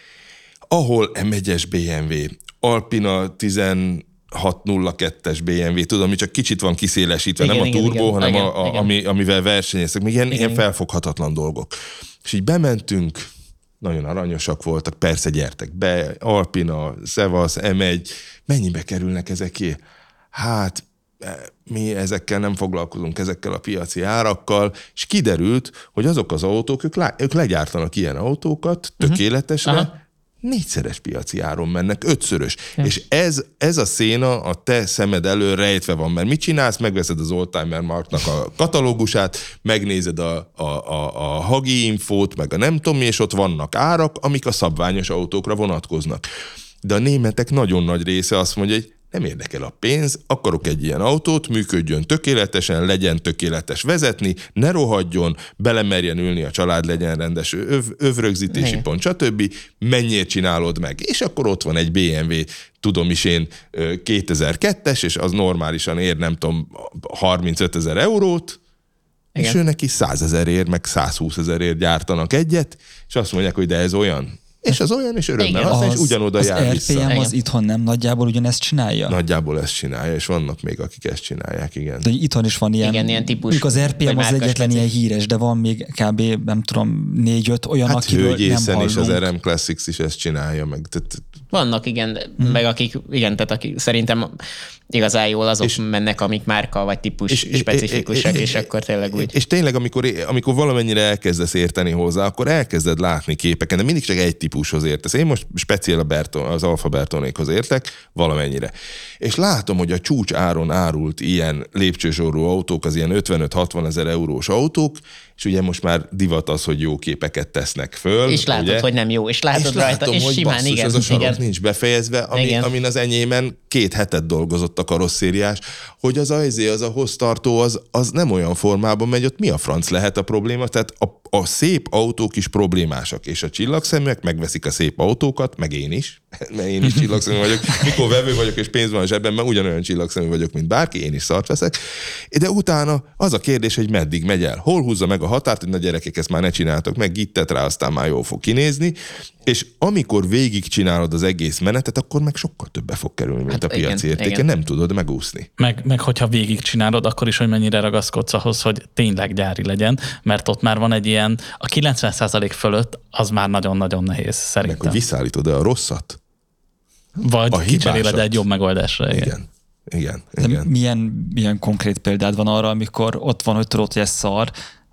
ahol em egyes bé em vé, Alpina tizenhat nulla kettes bé em vé, tudom, ami csak kicsit van kiszélesítve, igen, nem igen, a turbo, igen, hanem igen, a, a, ami, amivel versenyeztek, még ilyen, ilyen felfoghatatlan dolgok. És így bementünk, nagyon aranyosak voltak, persze gyertek be, Alpina, Szevasz, em egy, mennyibe kerülnek ezeké? Hát mi ezekkel nem foglalkozunk, ezekkel a piaci árakkal, és kiderült, hogy azok az autók, ők, lá, ők legyártanak ilyen autókat tökéletesre, uh-huh. négyszeres piaci áron mennek, ötszörös. Ja. És ez, ez a széna a te szemed elől rejtve van, mert mit csinálsz? Megveszed az Oldtimer Marknak a katalógusát, megnézed a, a, a, a Hagi infót, meg a nem tudom mi, és ott vannak árak, amik a szabványos autókra vonatkoznak. De a németek nagyon nagy része azt mondja, hogy nem érdekel a pénz, akarok egy ilyen autót, működjön tökéletesen, legyen tökéletes vezetni, ne rohadjon, belemerjen ülni a család, legyen rendes öv, övrögzítési Igen. pont, stb. Mennyire csinálod meg? És akkor ott van egy bé em vé, tudom is én, kétezer-kettes, és az normálisan ér, nem tudom, harmincöt ezer eurót, Igen. és ő neki százezerért, meg százhúszezerért gyártanak egyet, és azt mondják, hogy de ez olyan. És az olyan, és örömmel aztán, és ugyanoda az jár vissza. Az er pé em az itthon nem nagyjából ugyanezt csinálja? Nagyjából ezt csinálja, és vannak még, akik ezt csinálják, igen. De itthon is van ilyen, igen, ilyen típus. Az er pé em az egyetlen ilyen híres, de van még kb. Nem tudom, négy-öt olyan, hát akiről nem hallunk. Hát és az er em Classics is ezt csinálja meg. Vannak, igen, hmm. meg akik, igen, tehát akik szerintem igazán jól azok és, mennek, amik márka vagy típus és, specifikusak, és, és, és akkor tényleg úgy. És tényleg, amikor, amikor valamennyire elkezdesz érteni hozzá, akkor elkezded látni képeken, de mindig csak egy típushoz értesz. Én most speciál a Berton, az Alfa Bertonékhoz értek valamennyire. És látom, hogy a csúcs áron árult ilyen lépcsősorú autók, az ilyen ötvenöt-hatvan ezer eurós autók, és ugye most már divat az, hogy jó képeket tesznek föl. És látod, ugye? Hogy nem jó, és látod és rajta, látom, és hogy simán, basszus, igen. ez a sarok igen. nincs befejezve, ami, amin az enyémen két hetet dolgozott a karosszériás, hogy az ajzé, az a hoztartó, az, az nem olyan formában megy, ott mi a franc lehet a probléma? Tehát a, a szép autók is problémásak, és a csillagszeműek megveszik a szép autókat, meg én is, mert én is csillagszemű vagyok. Mikor vevő vagyok, és pénz van a zsebben, ugyanolyan csillagszemű vagyok, mint bárki, én is szart veszek. De utána az a kérdés, hogy meddig megy el. Hol húzza meg a határt, hogy na gyerekek, ezt már ne csináltok meg, gittet rá, aztán már jól fog kinézni. És amikor végigcsinálod az egész menetet, akkor meg sokkal többe fog kerülni, mint hát a piaci igen, értéke. Igen. Nem tudod megúszni. Meg, meg hogyha végigcsinálod, akkor is, hogy mennyire ragaszkodsz ahhoz, hogy tényleg gyári legyen, mert ott már van egy ilyen, a kilencven százalék fölött az már nagyon-nagyon nehéz szerintem. Meg hogy visszaállítod-e a rosszat? Vagy kicseréled egy jobb megoldásra. Igen. Igen. Igen, igen. Milyen, milyen konkrét példád van arra, amikor ott van, hogy tudod, hogy ez szar,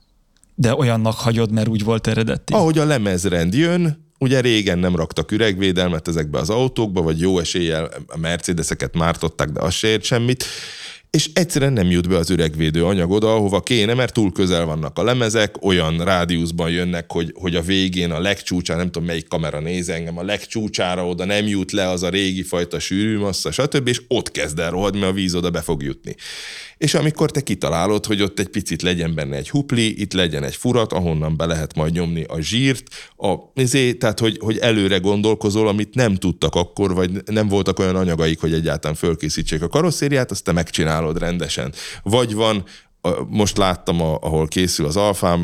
de olyannak hagyod, mert úgy volt eredeti? Ahogy a lemezrend jön, ugye régen nem raktak üregvédelmet ezekbe az autókba, vagy jó eséllyel a Mercedeseket mártották, de az se ért semmit, és egyszerűen nem jut be az üregvédő anyag oda, ahova kéne, mert túl közel vannak a lemezek, olyan rádiuszban jönnek, hogy, hogy a végén a legcsúcsán, nem tudom melyik kamera néz engem, a legcsúcsára oda nem jut le az a régi fajta sűrű massza, stb., és ott kezd el rohadni, mert a víz oda be fog jutni. És amikor te kitalálod, hogy ott egy picit legyen benne egy hupli, itt legyen egy furat, ahonnan be lehet majd nyomni a zsírt, a, ezért, tehát hogy, hogy előre gondolkozol, amit nem tudtak akkor, vagy nem voltak olyan anyagaik, hogy egyáltalán fölkészítsék a karosszériát, azt te megcsinálod rendesen. Vagy van, most láttam, ahol készül az Alfám,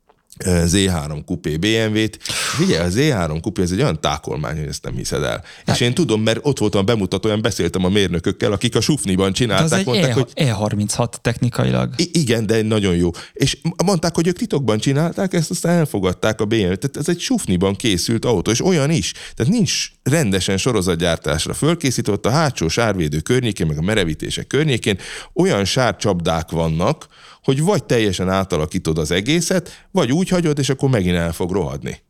zé három kupé bé em vét. Figyelj, a zé három kupé ez egy olyan tákolmány, hogy ezt nem hiszed el. Hát, és én tudom, mert ott voltam bemutatóan, beszéltem a mérnökökkel, akik a Sufniban csinálták. Az mondták, egy hogy E harminchat technikailag. Igen, de nagyon jó. És mondták, hogy ők titokban csinálták, ezt aztán elfogadták a bé em vét. Tehát ez egy Sufniban készült autó, és olyan is. Tehát nincs rendesen sorozatgyártásra fölkészített, a hátsó sárvédő környékén, meg a merevítések környékén olyan sárcsapdák vannak, hogy vagy teljesen átalakítod az egészet, vagy úgy hagyod, és akkor megint el fog rohadni.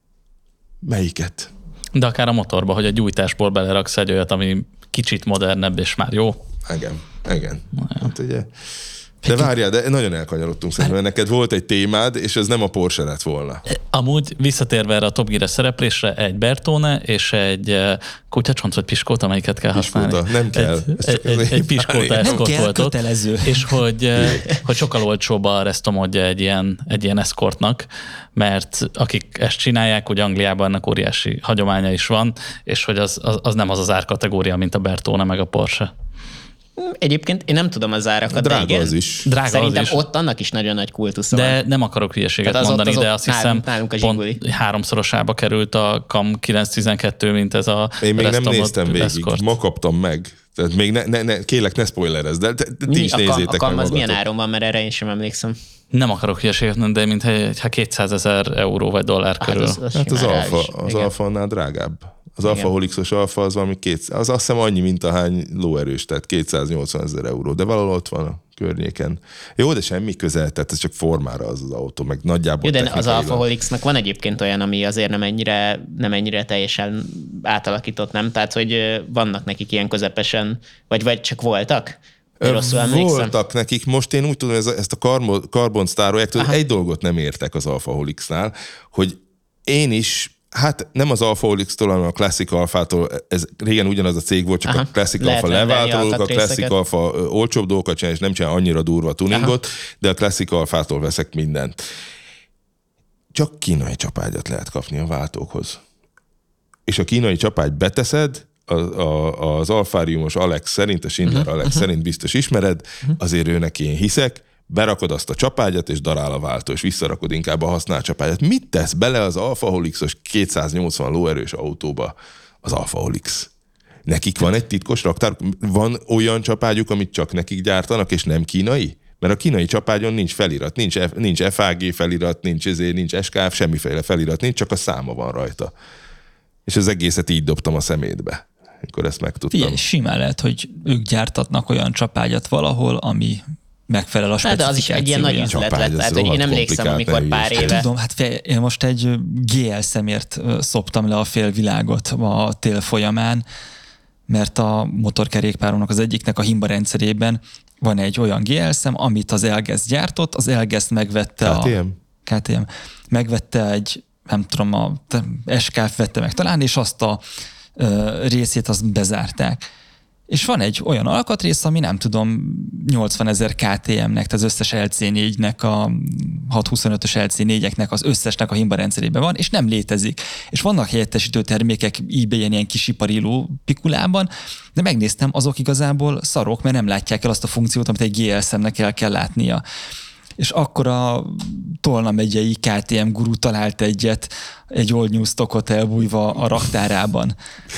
Melyiket? De akár a motorba, hogy a gyújtásból beleraksz egy olyat, ami kicsit modernebb, és már jó. Igen, igen. Hát ugye... De várjál, de nagyon elkanyarodtunk szerintem, neked volt egy témád, és ez nem a Porsche lett volna. Amúgy visszatérve erre a Top Gear-es szereplésre, egy Bertone és egy kutyacsoncot, vagy piskóta, amelyiket kell piskóta, használni. nem kell. Egy, egy, egy piskóta eszkort volt ott. És hogy, hogy sokkal olcsóbb a resztomodja egy ilyen, egy ilyen eszkortnak, mert akik ezt csinálják, hogy Angliában ennek óriási hagyománya is van, és hogy az, az, az nem az az árkategória, mint a Bertone meg a Porsche. Egyébként én nem tudom az árakat, drága de igen. az is. Drága Szerintem az is. ott annak is nagyon nagy kultusza de van. nem akarok hülyeséget az mondani, ott, az de ott azt hiszem nálunk, pont háromszorosába került a Cam kilencszáztizenkettő, mint ez a Én még nem néztem végig. Escort. Ma kaptam meg. Tehát még ne, ne, ne, kérlek, ne spoilerezd, de ti Mi, is a nézzétek kam, a kam meg az milyen magatok. áron van, mert erre én sem emlékszem. Nem akarok hülyeséget mondani, de mintha kétszázezer euró vagy dollár Hát körül. az, az, Hát az simán alfa, reális. az Igen. alfa annál drágább. Az Igen. alfa holixos alfa az valami kétszáz, az azt hiszem annyi, mint ahány lóerős, tehát kétszáznyolcvan ezer euró, de valahol ott van a környéken. Jó, de semmi közel, tehát ez csak formára az az autó, meg nagyjából Jó, de az technikailag. Alfa Holixnak van egyébként olyan, ami azért nem ennyire, nem ennyire teljesen átalakított, nem? Tehát, hogy ö, vannak nekik ilyen közepesen, vagy, vagy csak voltak? Vagy rosszul emlékszem? Voltak nekik, most én úgy tudom, ezt a karbon, karbon sztárolják, tudod, egy dolgot nem értek az Alfa Holixnál, hogy én is, hát nem az Alfa Holix-tól, hanem a Classic Alfától, ez régen ugyanaz a cég volt, csak Aha, a Classic lehet Alfa rendelni levált róluk, a alkatrészeket. Classic Alfa olcsóbb dolgokat csinál, és nem csinál annyira durva tuningot, Aha. de a Classic Alfától veszek mindent. Csak kínai csapágyat lehet kapni a váltókhoz. És a kínai csapágyt beteszed, a, a, az alfáriumos Alex szerint, a Schindler uh-huh. Alex szerint biztos ismered, azért őnek én hiszek, berakod azt a csapágyat, és darál a váltó, és visszarakod inkább a használt csapágyat. Mit tesz bele az Alfa Holixos kétszáznyolcvan lóerős autóba az Alfa Holix? Nekik van egy titkos raktár? Van olyan csapágyuk, amit csak nekik gyártanak, és nem kínai? Mert a kínai csapágyon nincs felirat, nincs, F, nincs ef á gé felirat, nincs, ezért, nincs es ká ef, semmiféle felirat, nincs, csak a száma van rajta. És az egészet így dobtam a szemétbe, amikor ezt megtudtam. Figyelj, simán lehet, hogy ők gyártatnak olyan csapágyat valahol, ami megfelel a Hát de az is egy ilyen nagy üzlet Csapágy, lett. ez Tehát, hogy én rohadt emlékszem, komplikált, amikor ne pár hülyeskedj. éve... Tudom, hát fél, én most egy gé el szemért szoptam le a félvilágot a tél folyamán, mert a motorkerékpáromnak az egyiknek a himba rendszerében van egy olyan gé el szem, amit az Elgesz gyártott, az Elgesz megvette ká té em? a... ká té em. Megvette egy, nem tudom, a es ká ef vette meg talán, és azt a ö, részét azt bezárták. És van egy olyan alkatrész, ami nem tudom, nyolcvanezer ká té em-nek, tehát az összes el cé négynek, a hatszázhuszonötös el cé négyeknek, az összesnek a himba rendszerében van, és nem létezik. És vannak helyettesítő termékek eBay-en ilyen kis ipariló pikulában, de megnéztem, azok igazából szarok, mert nem látják el azt a funkciót, amit egy gé el szemnek el kell látnia. És akkor a Tolna megyei ká té em gurú talált egyet, egy Old New Stockot elbújva a raktárában.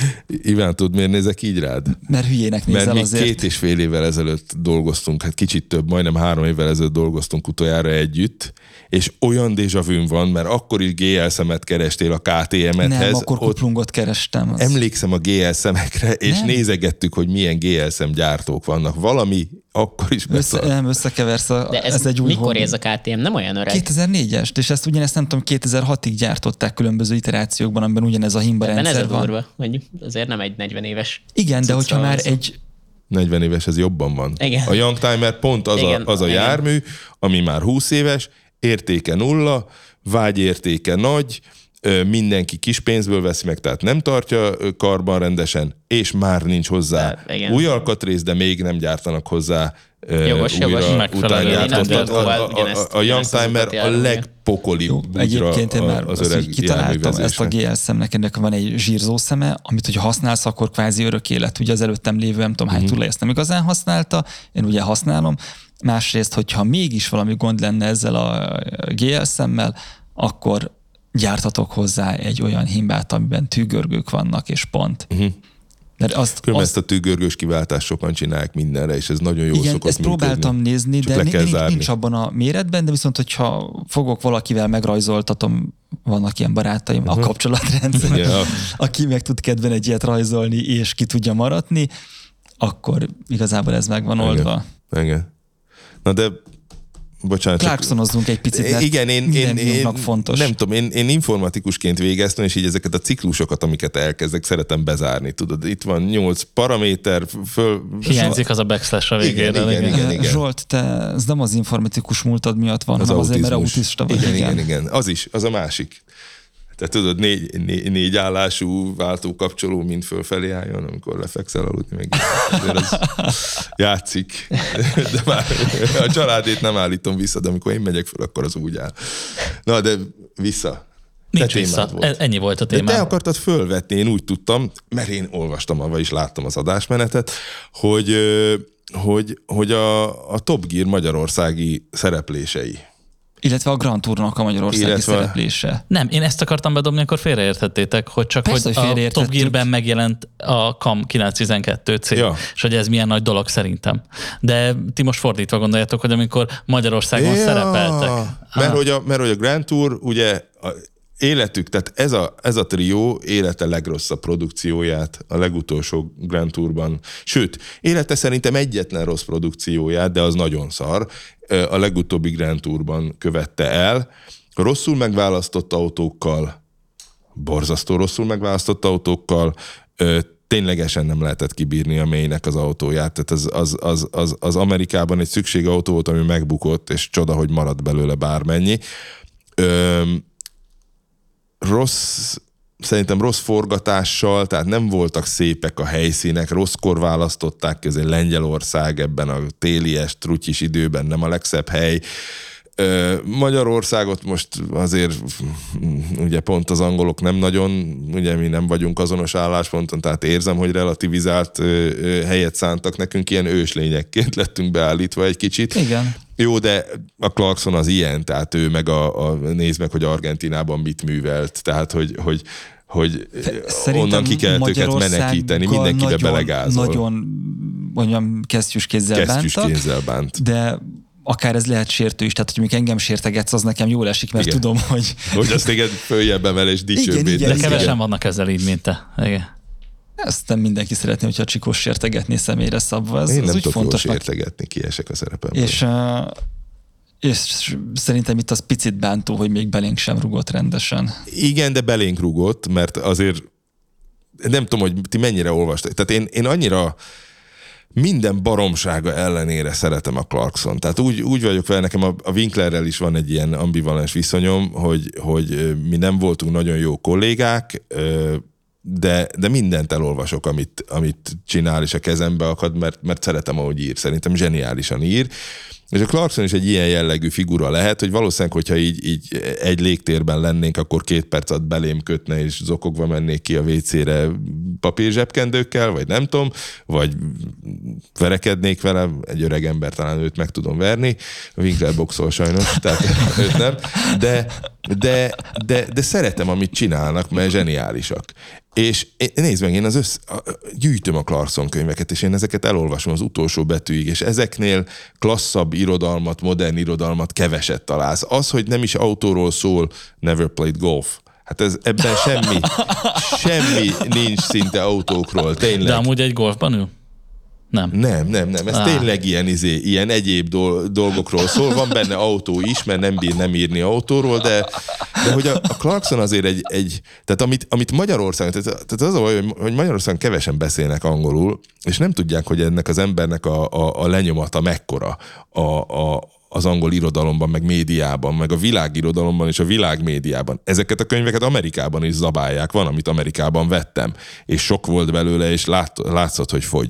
Iván, tudod, miért nézek így rád? Mert hülyének nézel Mert mi azért. két és fél évvel ezelőtt dolgoztunk, hát kicsit több, majdnem három évvel ezelőtt dolgoztunk utoljára együtt, és olyan déjà vu van, mert akkor is gé el szemet kerestél a ká té em-edhez. Nem, akkor kuplungot kerestem. Az... Emlékszem a gé el szemekre, és nem. nézegettük, hogy milyen gé el szem gyártók vannak. Valami akkor is Össze, betart. nem, összekeversz. A, De ez, ez egy új mikor hobbi. ez a ká té em? Nem olyan öreg. kétezer-négyes, és ezt ugyanezt nem tudom, kétezer-hatig gyártották különböző iterációkban, amiben ugyanez a himba Ebben ez rendszer a van. durva, mondjuk azért nem egy negyven éves. Igen, de cuccról hogyha van már szó. egy negyven éves, ez jobban van. Igen. A Youngtimer pont az, Igen, a, az a igen. jármű, ami már húsz éves, értéke nulla, vágyértéke nagy, ö, mindenki kis pénzből veszi meg, tehát nem tartja ö, karban rendesen, és már nincs hozzá De, igen. új alkatrész, de még nem gyártanak hozzá ö, Jogos, újra jogos. Megfelelő. utángyártott. Én A, nem a, tudom, ugyanezt- a, a Youngtimer ugyanezt a azokat legpokolibb Jó, bugyra egyébként én már az azt, öreg hogy kitaláltam ezt a járművezésnek. gé el szemnek, ennek van egy zsírzószeme, amit hogyha használsz, akkor kvázi örök élet. Ugye az előttem lévő, nem tudom hány Mhm. tulaj ezt nem igazán használta, én ugye használom. Másrészt, hogyha mégis valami gond lenne ezzel a gé el szemmel, akkor gyártatok hozzá egy olyan himbát, amiben tűgörgők vannak, és pont. Uh-huh. Mert azt, Különben azt ezt a tűgörgős kiváltást sokan csinálják mindenre, és ez nagyon jól igen, szokott ezt működni. próbáltam nézni, Csak de le nincs, kell nincs, zárni. nincs abban a méretben, de viszont, hogyha fogok valakivel megrajzoltatom, vannak ilyen barátaim, uh-huh. a kapcsolatrendszer, Ja. aki meg tud kedven egy ilyet rajzolni, és ki tudja maradni, akkor igazából ez meg van oldva. Igen. Igen. Na de, bocsánat. csak- Clarksonozzunk egy picit, mert igen, én, én, minden én fiúknak fontos. nem tudom, én, én informatikusként végeztem, és így ezeket a ciklusokat, amiket elkezdek, szeretem bezárni, tudod. Itt van nyolc paraméter, föl... Hiányzik az a backslash a Igen, végére. igen, igen. igen. Zsolt, te, ez nem az informatikus múltad miatt van, Az hanem azért, mert autizmus. autista vagy. Igen, igen, igen. Az is, az a másik. Tehát tudod, négy, négy, négy állású váltókapcsoló mind fölfelé álljon, amikor lefekszel aludni, meg azért az játszik. De már a családét nem állítom vissza, de amikor én megyek föl, akkor az úgy áll. Na, de vissza. Nincs Te vissza. témád volt. E- Ennyi volt a De témám. te akartad fölvetni, én úgy tudtam, mert én olvastam, vagyis láttam az adásmenetet, hogy, ö, hogy, hogy a, a Top Gear magyarországi szereplései. Illetve a Grand Tournak a magyarországi Illetve... szereplése. Nem, én ezt akartam bedobni, akkor félreértettétek, hogy csak Persze, hogy, hogy a Top Gear-ben megjelent a Cam kilencszáztizenkettő cé, ja. és hogy ez milyen nagy dolog szerintem. De ti most fordítva gondoljátok, hogy amikor Magyarországon ja. szerepeltek. Mert hogy, a, mert hogy a Grand Tour, ugye a életük, tehát ez a, ez a trió élete legrosszabb produkcióját a legutolsó Grand Tourban, sőt, élete szerintem egyetlen rossz produkcióját, de az nagyon szar, a legutóbbi Grand Tourban követte el. Rosszul megválasztott autókkal, borzasztó rosszul megválasztott autókkal, ténylegesen nem lehetett kibírni a Maynek az autóját. Tehát az, az, az, az, az Amerikában egy szükségautó volt, ami megbukott, és csoda, hogy maradt belőle bármennyi. Öm, rossz, szerintem rossz forgatással, tehát nem voltak szépek a helyszínek, rosszkor választották, ez egy Lengyelország ebben a télies, trutyis időben nem a legszebb hely. Magyarországot most azért ugye pont az angolok nem nagyon, ugye mi nem vagyunk azonos állásponton, tehát érzem, hogy relativizált helyet szántak nekünk, ilyen őslényekként lettünk beállítva egy kicsit. Igen. Jó, de a Clarkson az ilyen, tehát ő meg a, a nézd meg, hogy Argentinában mit művelt, tehát hogy, hogy hogy Szerintem onnan ki kell őket menekíteni, mindenkibe nagyon, belegázol. Nagyon, mondjam, kesztyűs kézzel kesztyűs bántak. kézzel bánt. De akár ez lehet sértő is, tehát hogy még engem sértegetsz, az nekem jól esik, mert igen. tudom, hogy... Hogy azt téged följebb emel és dicsőbbé. De kevesen igen. vannak ezzel így, mint te. Igen. Ezt nem mindenki szeretné, hogyha a Csikós sértegetné személyre szabva. Ez, Én ez nem úgy tudok fontos, jól sértegetni, kiesek a szerepemből. És, és szerintem itt az picit bántó, hogy még belénk sem rugott rendesen. Igen, de belénk rugott, mert azért nem tudom, hogy ti mennyire olvastak. Tehát én, én annyira minden baromsága ellenére szeretem a Clarkson. Tehát úgy, úgy vagyok vele, nekem a, a Winklerrel is van egy ilyen ambivalens viszonyom, hogy, hogy mi nem voltunk nagyon jó kollégák, de, de mindent elolvasok, amit, amit csinál, és a kezembe akad, mert, mert szeretem, ahogy ír. Szerintem zseniálisan ír. És a Clarkson is egy ilyen jellegű figura lehet, hogy valószínűleg, hogyha így, így egy légtérben lennénk, akkor két percet belém kötne, és zokogva mennék ki a vécére papírzsebkendőkkel, vagy nem tudom, vagy verekednék vele, egy öreg ember, talán őt meg tudom verni, a Winkler boxol sajnos, tehát őt nem, de, de, de, de szeretem, amit csinálnak, mert zseniálisak. És nézd meg, én az össz, gyűjtöm a Clarkson könyveket, és én ezeket elolvasom az utolsó betűig, és ezeknél klasszabb irodalmat, modern irodalmat keveset találsz. Az, hogy nem is autóról szól, Never Played Golf. Hát ez, ebben semmi, semmi nincs szinte autókról, tényleg. De amúgy egy golfban ül? Nem. Nem, nem, nem. Ez ah. tényleg ilyen, izé, ilyen egyéb dolgokról szól. Van benne autó is, mert nem bír nem írni autóról, de, de hogy a, a Clarkson azért egy, egy tehát amit, amit Magyarországon, tehát, tehát az a baj, hogy Magyarországon kevesen beszélnek angolul, és nem tudják, hogy ennek az embernek a, a, a lenyomata mekkora a, a, az angol irodalomban, meg médiában, meg a világirodalomban és a világmédiában. Ezeket a könyveket Amerikában is zabálják. Van, amit Amerikában vettem, és sok volt belőle, és lát, látszott, hogy fogy.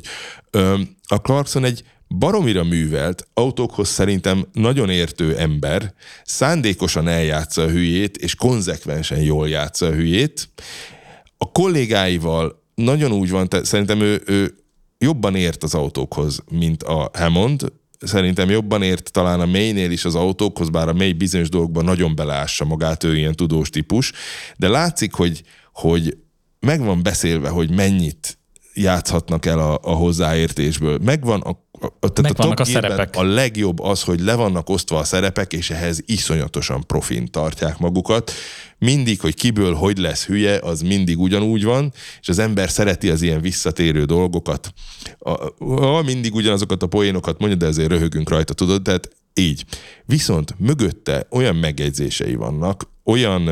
A Clarkson egy baromira művelt, autókhoz szerintem nagyon értő ember, szándékosan eljátsza a hülyét, és konzekvensen jól játsza a hülyét. A kollégáival nagyon úgy van, szerintem ő, ő jobban ért az autókhoz, mint a Hammond, szerintem jobban ért talán a Maynél is az autókhoz, bár a May bizonyos dolgokban nagyon beleássa magát, ő ilyen tudós típus, de látszik, hogy, hogy meg van beszélve, hogy mennyit játszhatnak el a, a hozzáértésből. Megvan a, a, tehát a, a szerepek. A legjobb az, hogy le vannak osztva a szerepek, és ehhez iszonyatosan profin tartják magukat. Mindig, hogy kiből hogy lesz hülye, az mindig ugyanúgy van, és az ember szereti az ilyen visszatérő dolgokat. A, a, mindig ugyanazokat a poénokat mondja, de ezért röhögünk rajta, tudod, tehát így. Viszont mögötte olyan megjegyzései vannak, olyan...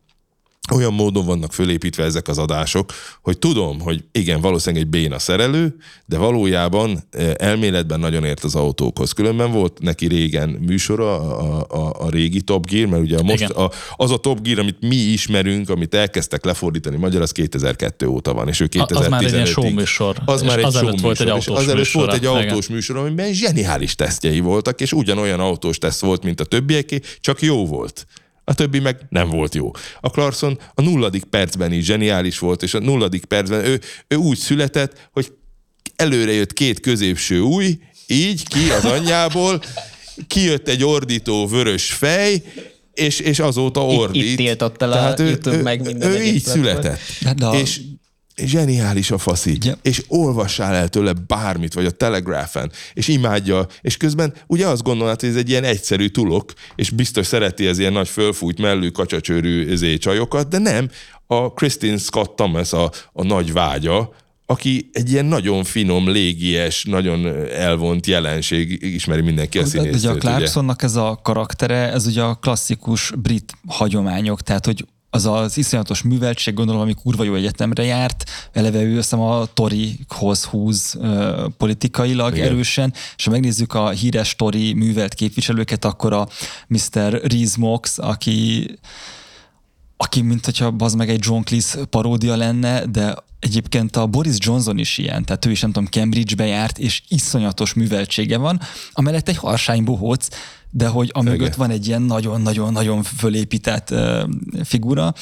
olyan módon vannak fölépítve ezek az adások, hogy tudom, hogy igen, valószínűleg egy béna szerelő, de valójában elméletben nagyon ért az autókhoz. Különben volt neki régen műsora, a, a, a régi Top Gear, mert ugye most a, az a Top Gear, amit mi ismerünk, amit elkezdtek lefordítani magyar, az kétezer-kettő óta van, és ő kétezer-tizenötig. Az már egy ilyen show műsor. Az már egy show műsor. Volt egy autós az előtt volt egy autós igen. műsor, amiben zseniális tesztjei voltak, és ugyanolyan autós teszt volt, mint a többieké, csak jó volt. A többi meg nem volt jó. A Clarkson a nulladik percben is zseniális volt, és a nulladik percben ő, ő úgy született, hogy előre jött két középső új, így ki az anyjából, kijött egy ordító vörös fej, és, és azóta ordít. Itt, itt tiltott el a ő, YouTube ő, meg minden. Ő így született. A... És zseniális a faszi, ja. És olvassál el tőle bármit, vagy a Telegraphen, és imádja, és közben ugye azt gondolnád, hogy ez egy ilyen egyszerű tulok, és biztos szereti az ilyen nagy fölfújt mellű, kacsacsőrű ezé csajokat, de nem, a Kristin Scott Thomas a, a nagy vágya, aki egy ilyen nagyon finom, légies, nagyon elvont jelenség, ismeri mindenki a színésztőt. Ugye a Clarksonnak ez a karaktere, ez ugye a klasszikus brit hagyományok, tehát hogy az az iszonyatos műveltség, gondolom, ami kurva jó egyetemre járt, eleve ő azt a Toryhoz húz uh, politikailag igen. erősen, és ha megnézzük a híres Tory művelt képviselőket, akkor a miszter Rees-Mogg, aki, aki mint hogyha bazd meg egy John Cleese paródia lenne, de egyébként a Boris Johnson is ilyen, tehát ő is nem tudom, Cambridge-be járt, és iszonyatos műveltsége van, amellett egy harsány bohóc, de hogy amögött van egy ilyen nagyon-nagyon-nagyon fölépített uh, figura.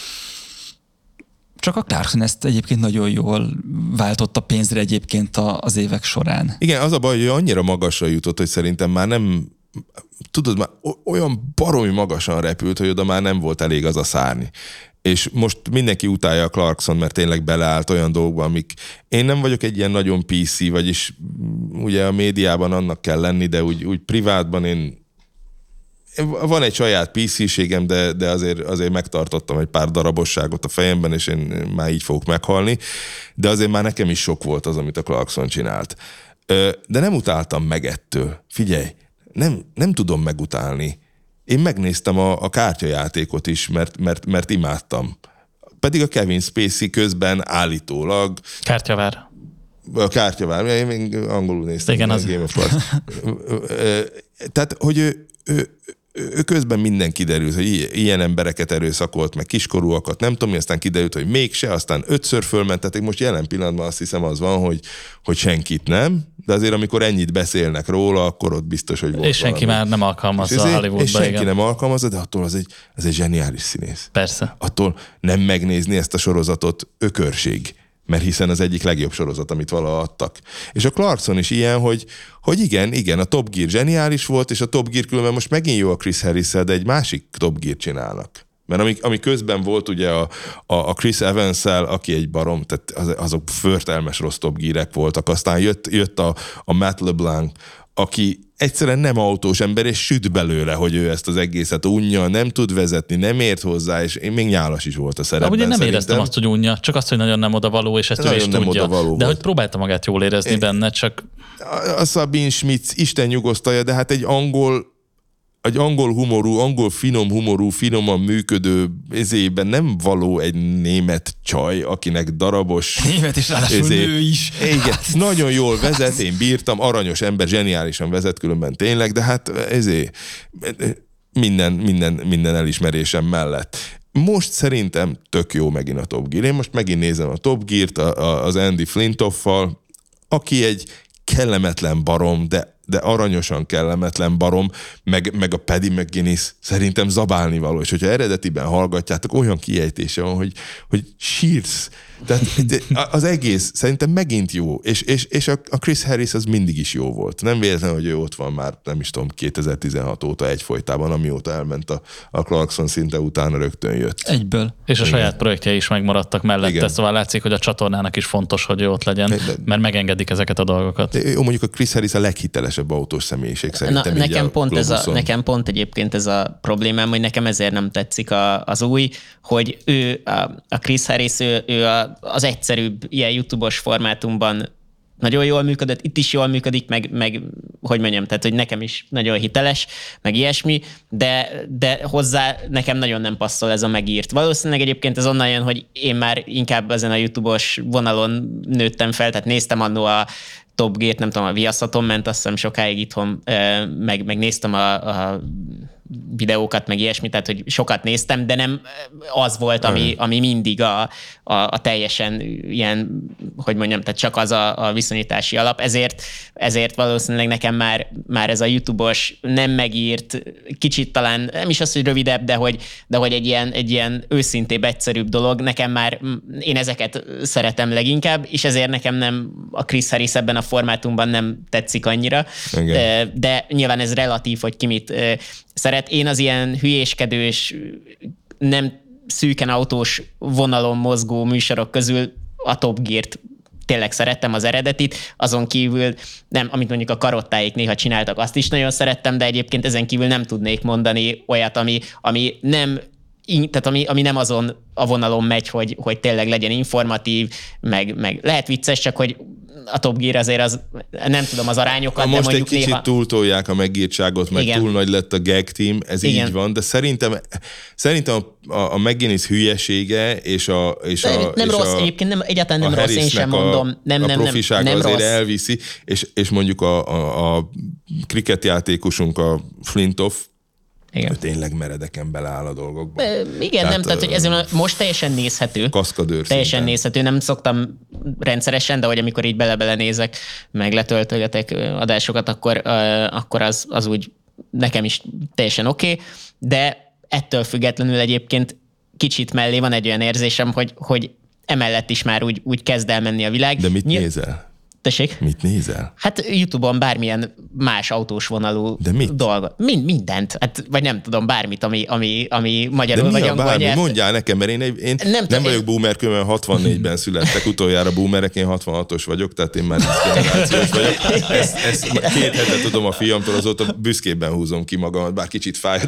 Csak a Clarkson ezt egyébként nagyon jól váltotta pénzre egyébként az évek során. Igen, az a baj, hogy annyira magasra jutott, hogy szerintem már nem, tudod, már olyan baromi magasan repült, hogy oda már nem volt elég az a szárny. És most mindenki utálja a Clarkson, mert tényleg beleállt olyan dolgokba, amik... Én nem vagyok egy ilyen nagyon pé cé, vagyis ugye a médiában annak kell lenni, de úgy, úgy privátban én van egy saját pé cé-ségem, de, de azért, azért megtartottam egy pár darabosságot a fejemben, és én már így fogok meghalni, de azért már nekem is sok volt az, amit a Clarkson csinált. De nem utáltam meg ettől. Figyelj, nem, nem tudom megutálni. Én megnéztem a, a kártyajátékot is, mert, mert, mert imádtam. Pedig a Kevin Spacey közben állítólag... Kártyavár. A kártyavár, én még angolul néztem. Igen, az. Game of Thrones. Tehát, hogy ő, ő, ő közben minden kiderült, hogy ilyen embereket erőszakolt, meg kiskorúakat, nem tudom, aztán kiderült, hogy mégse, aztán ötször fölmentették, most jelen pillanatban azt hiszem az van, hogy, hogy senkit nem, de azért amikor ennyit beszélnek róla, akkor ott biztos, hogy volt és senki valami. Már nem alkalmazza és a Hollywoodba. És senki igen. nem alkalmazza, de attól az egy, az egy zseniális színész. Persze. Attól nem megnézni ezt a sorozatot ökörség, mert hiszen az egyik legjobb sorozat, amit valaha adtak. És a Clarkson is ilyen, hogy, hogy igen, igen, a Top Gear zseniális volt, és a Top Gear különben most megint jó a Chris Harris-szel, de egy másik Top Gear csinálnak. Mert ami, ami közben volt ugye a, a, a Chris Evans-szel, aki egy barom, tehát az, azok förtelmes rossz Top Gear-ek voltak, aztán jött, jött a, a Matt LeBlanc, aki egyszerűen nem autós ember, és süt belőle, hogy ő ezt az egészet unja, nem tud vezetni, nem ért hozzá, és én még nyálas is volt a szerepben. Ugye nem szerintem. éreztem azt, hogy unja, csak azt, hogy nagyon nem odavaló, és ezt ő is tudja. De volt. Hogy próbálta magát jól érezni én, benne, csak... A Sabine Schmitz, Isten nyugosztalja, de hát egy angol egy angol humorú, angol finom humorú, finoman működő ezében nem való egy német csaj, akinek darabos... Német is, ráadásul nő is. Igen, nagyon jól vezet, én bírtam, aranyos ember, zseniálisan vezet különben tényleg, de hát ezért minden, minden, minden elismerésem mellett. Most szerintem tök jó megint a Top Gear. Én most megint nézem a Top Geart az Andy Flintoffal, aki egy kellemetlen barom, de de aranyosan kellemetlen barom, meg, meg a Paddy McGuinness szerintem zabálni való, és hogyha eredetiben hallgatjátok, olyan kiejtése van, hogy, hogy sírsz. Tehát az egész szerintem megint jó, és, és, és a Chris Harris az mindig is jó volt. Nem véletlen, hogy ő ott van már, nem is tudom, kétezer-tizenhat óta egyfolytában, amióta elment a, a Clarkson, szinte utána rögtön jött. Egyből. És a igen. saját projektjei is megmaradtak mellette, igen. Szóval látszik, hogy a csatornának is fontos, hogy ő ott legyen, de, mert megengedik ezeket a dolgokat. De, mondjuk a Chris Harris a leghitelesebb autós személyiség szerintem. Na, nekem, pont ez a, nekem pont egyébként ez a problémám, hogy nekem ezért nem tetszik a, az új, hogy ő, a, a Chris Harris, ő, ő a, az egyszerűbb ilyen YouTube-os formátumban nagyon jól működött, itt is jól működik, meg, meg hogy mondjam, tehát, hogy nekem is nagyon hiteles, meg ilyesmi, de, de hozzá nekem nagyon nem passzol ez a megírt. Valószínűleg egyébként ez onnan jön, hogy én már inkább ezen a YouTube-os vonalon nőttem fel, tehát néztem annó a Top Gear-t, nem tudom, a Viaszaton ment, azt hiszem sokáig itthon, meg, meg néztem a, a videókat, meg ilyesmi, tehát hogy sokat néztem, de nem az volt, ami, ami mindig a, a, a teljesen ilyen, hogy mondjam, tehát csak az a, a viszonyítási alap. Ezért, ezért valószínűleg nekem már, már ez a YouTube-os nem megírt, kicsit talán nem is az, hogy rövidebb, de hogy, de hogy egy ilyen, egy ilyen őszintébb, egyszerűbb dolog. Nekem már, én ezeket szeretem leginkább, és ezért nekem nem a Chris Harris ebben a formátumban nem tetszik annyira. De, de nyilván ez relatív, hogy ki mit szeret. Én az ilyen hülyéskedős, nem szűken autós vonalon mozgó műsorok közül a Top Gear-t tényleg szerettem, az eredetit, azon kívül nem, amit mondjuk a Karottáik néha csináltak, azt is nagyon szerettem, de egyébként ezen kívül nem tudnék mondani olyat, ami, ami nem tehát ami, ami nem azon a vonalon megy, hogy, hogy tényleg legyen informatív, meg, meg lehet vicces, csak hogy a Top Gear azért az, nem tudom az arányokat, ha de most mondjuk egy kicsit néha... túltolják a megírtságot, meg Igen. túl nagy lett a gag team, ez Igen. így van, de szerintem, szerintem a, a, a McGinnis hülyesége és a... És nem, a nem és rossz, a, egyébként nem, egyáltalán nem rossz, én sem mondom. A, nem, a nem, profiság nem, nem azért rossz. elviszi, és, és mondjuk a, a, a kriket a Flintoff, Igen. ő tényleg meredeken beleáll a dolgokba. E, igen, tehát, nem, tehát hogy ezért most teljesen nézhető. Kaszkadőr Teljesen szinten. nézhető, nem szoktam rendszeresen, de hogy amikor így bele-bele nézek, meg letöltögetek adásokat, akkor, uh, akkor az, az úgy nekem is teljesen oké, okay, de ettől függetlenül egyébként kicsit mellé van egy olyan érzésem, hogy, hogy emellett is már úgy, úgy kezd el menni a világ. De mit Nyilv... nézel? Tessék? Mit nézel? Hát YouTube-on bármilyen más autós vonalú De mit? dolgot. Mind, mindent. Hát, vagy nem tudom, bármit, ami, ami, ami magyarul De vagy mi a angol bármi? nyelv. Mondjál nekem, mert én, én nem, Nem nem t- vagyok boomer, különben hatvannégyben születtek utoljára boomerek, én hatvanhatos vagyok, tehát én már tíz generációs vagyok. Ezt, ezt két hete tudom a fiamtól, azóta büszkében húzom ki magamat, bár kicsit fáj.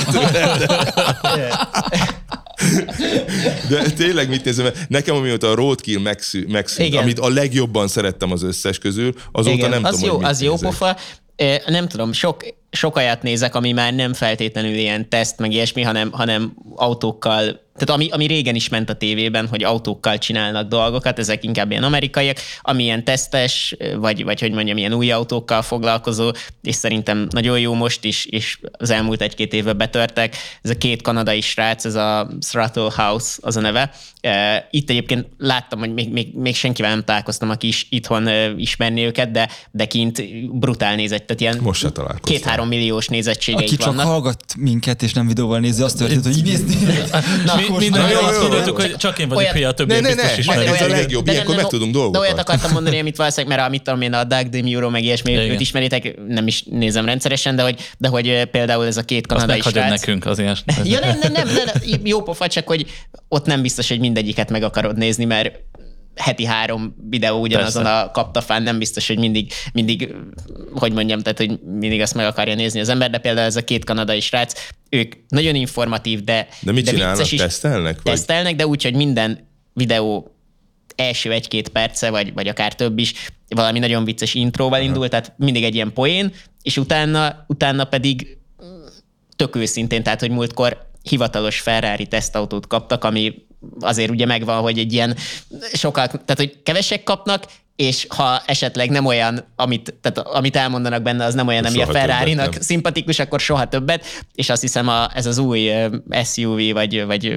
De tényleg mit nézem? Nekem amióta a Roadkill megszűnt, megszűnt amit a legjobban szerettem az összes közül, azóta Igen, nem az tudom, jó, hogy mit az jó nézek. pofa. Nem tudom, sok, sok olyat nézek, ami már nem feltétlenül ilyen teszt, meg ilyesmi, hanem, hanem autókkal, tehát ami, ami régen is ment a tévében, hogy autókkal csinálnak dolgokat, ezek inkább ilyen amerikaiak, ami ilyen tesztes, vagy, vagy hogy mondjam, ilyen új autókkal foglalkozó, és szerintem nagyon jó most is, és az elmúlt egy-két évben betörtek. Ez a két kanadai srác, ez a Throttle House az a neve. Itt egyébként láttam, hogy még, még, még senkivel nem találkoztam, aki is itthon ismerni őket, de, de kint brutál nézett, tehát ilyen most se találkoztam. két-három milliós nézettségeik Aki csak vannak. hallgat minket, és nem videóval nézi, azt történt, hogy így nézni. Mi, minden jó, azt jó, gondoltuk, jó. hogy csak én vagyok hülye, a többiek Ne, ne, biztos ne, ismerik. ez a legjobb, de ilyenkor nem, megtudunk De dolgokat. olyat akartam mondani, amit valószínűleg, mert amit tudom én, a Doug DeMuro, meg ilyesmi, Igen. őt ismeritek, nem is nézem rendszeresen, de hogy, de hogy például ez a két Azt kanadai meghagyod srác. nekünk azért. Ja, nem, nem, nem, nem, nem, jó pofa, csak hogy ott nem biztos, hogy mindegyiket meg akarod nézni, mert heti három videó ugyanazon Persze. a kaptafán, nem biztos, hogy mindig, mindig, hogy mondjam, tehát, hogy mindig azt meg akarja nézni az ember, de például ez a két kanadai srác, ők nagyon informatív, de De mit de csinálnak? vicces is. Tesztelnek? Vagy? Tesztelnek, de úgy, hogy minden videó első egy-két perce, vagy, vagy akár több is, valami nagyon vicces intróval indul, tehát mindig egy ilyen poén, és utána, utána pedig tök őszintén, tehát, hogy múltkor hivatalos Ferrari tesztautót kaptak, ami azért ugye megvan, hogy egy ilyen sokat, tehát, hogy kevesek kapnak, és ha esetleg nem olyan, amit, tehát amit elmondanak benne, az nem olyan, ami Soha a Ferrari-nak többet, szimpatikus, akkor soha többet, és azt hiszem a, ez az új es u vé, vagy, vagy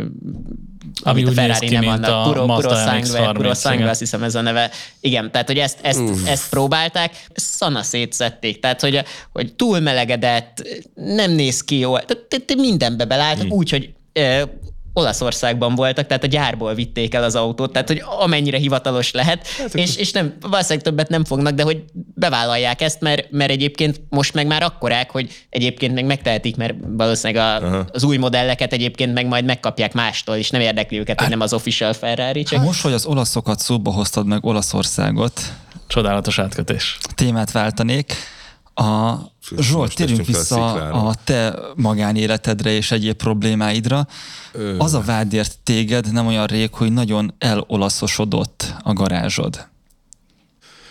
Ami amit a úgy néz Ferrari ki, nem mint vannak, a Puro, Mazda Puro em iksz Sangue, Puro harminc, Sangue, igen. azt hiszem ez a neve. Igen, tehát, hogy ezt, ezt, ezt próbálták, szana szétszették, tehát, hogy, hogy túl melegedett, nem néz ki jól, tehát mindenbe belállt, úgy, hogy Olaszországban voltak, tehát a gyárból vitték el az autót, tehát hogy amennyire hivatalos lehet, hát, és, és nem, valószínűleg többet nem fognak, de hogy bevállalják ezt, mert, mert egyébként most meg már akkorák, hogy egyébként meg megtehetik, mert valószínűleg a, az új modelleket egyébként meg majd megkapják mástól, és nem érdekli őket, hogy nem az official Ferrari, csak... Most, hogy az olaszokat szóba hoztad meg Olaszországot, Csodálatos átkötés. témát váltanék. A Zsolt, most térjünk testünk fel a vissza sziklára. a te magánéletedre és egyéb problémáidra. Ö. Az a vádért téged nem olyan rég, hogy nagyon elolaszosodott a garázsod.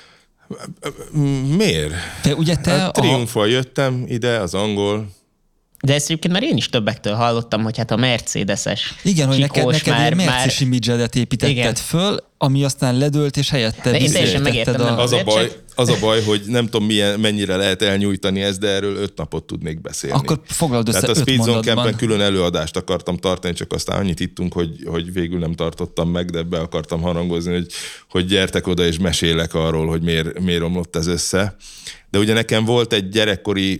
Miért? Te, ugye te Hát, a... triumfal jöttem ide, az angol De ezt egyébként már én is többektől hallottam, hogy hát a Mercedes-es igen, hogy neked, neked már, ilyen Mercedes image-edet építetted igen. föl, ami aztán ledőlt, és helyette én teljesen megértem, a... Az a, baj, az a baj, hogy nem tudom milyen, mennyire lehet elnyújtani ezt, de erről öt napot tudnék beszélni. Akkor foglald össze Tehát a öt Speed Zone mondatban. Campen külön előadást akartam tartani, csak aztán annyit ittunk, hogy, hogy végül nem tartottam meg, de be akartam harangozni, hogy, hogy gyertek oda, és mesélek arról, hogy miért, miért romlott ez össze. De ugye nekem volt egy gyerekkori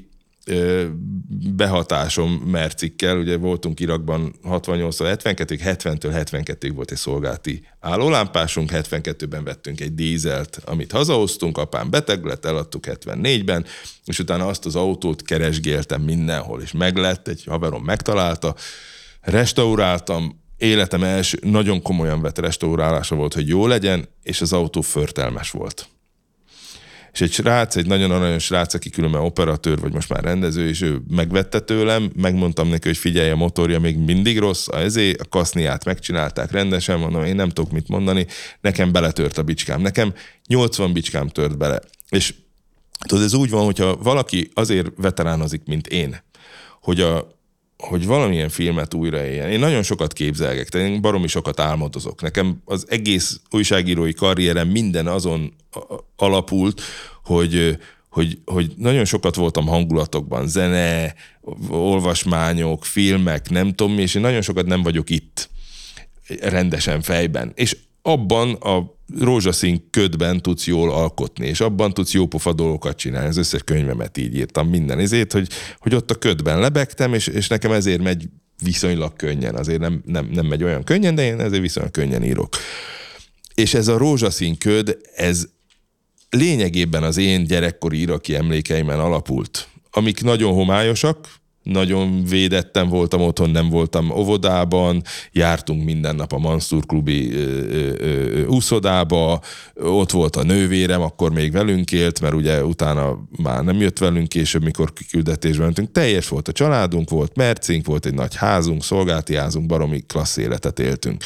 behatásom Mercikkel, ugye voltunk Irakban hatvannyolctól hetvenkettőig, hetventől hetvenkettőig volt egy szolgálati állólámpásunk, hetvenkettőben vettünk egy dízelt, amit hazahoztunk, apám beteg lett, eladtuk hetvennégyben, és utána azt az autót keresgéltem mindenhol, és meglett, egy haverom megtalálta, restauráltam, életem első, nagyon komolyan vett restaurálása volt, hogy jó legyen, és az autó förtelmes volt. És egy srác, egy nagyon aranyos srác, aki különben operatőr, vagy most már rendező, és ő megvette tőlem, megmondtam neki, hogy figyelj, a motorja még mindig rossz, a ezé, a kaszniát megcsinálták rendesen, mondom, én nem tudok mit mondani, nekem beletört a bicskám. Nekem nyolcvan bicskám tört bele. És tudod, ez úgy van, hogyha valaki azért veteránozik, mint én, hogy a hogy valamilyen filmet újra éljen. Én nagyon sokat képzelgek, tehát én baromi sokat álmodozok. Nekem az egész újságírói karrierem minden azon alapult, hogy, hogy, hogy nagyon sokat voltam hangulatokban, zene, olvasmányok, filmek, nem tudom, és én nagyon sokat nem vagyok itt rendesen fejben. És abban a rózsaszín ködben tudsz jól alkotni, és abban tudsz jópofa dolgokat csinálni. Az összes könyvemet így írtam, minden ezért, hogy, hogy ott a ködben lebegtem, és, és nekem ezért megy viszonylag könnyen. Azért nem, nem, nem megy olyan könnyen, de én ezért viszonylag könnyen írok. És ez a rózsaszín köd, ez lényegében az én gyerekkori iraki emlékeimen alapult, amik nagyon homályosak, nagyon védettem voltam otthon, nem voltam óvodában, jártunk minden nap a Mansur klubi úszodába, ott volt a nővérem, akkor még velünk élt, mert ugye utána már nem jött velünk később, mikor küldetésben mentünk. Teljes volt a családunk, volt mercink, volt egy nagy házunk, szolgálati házunk, baromi klassz életet éltünk.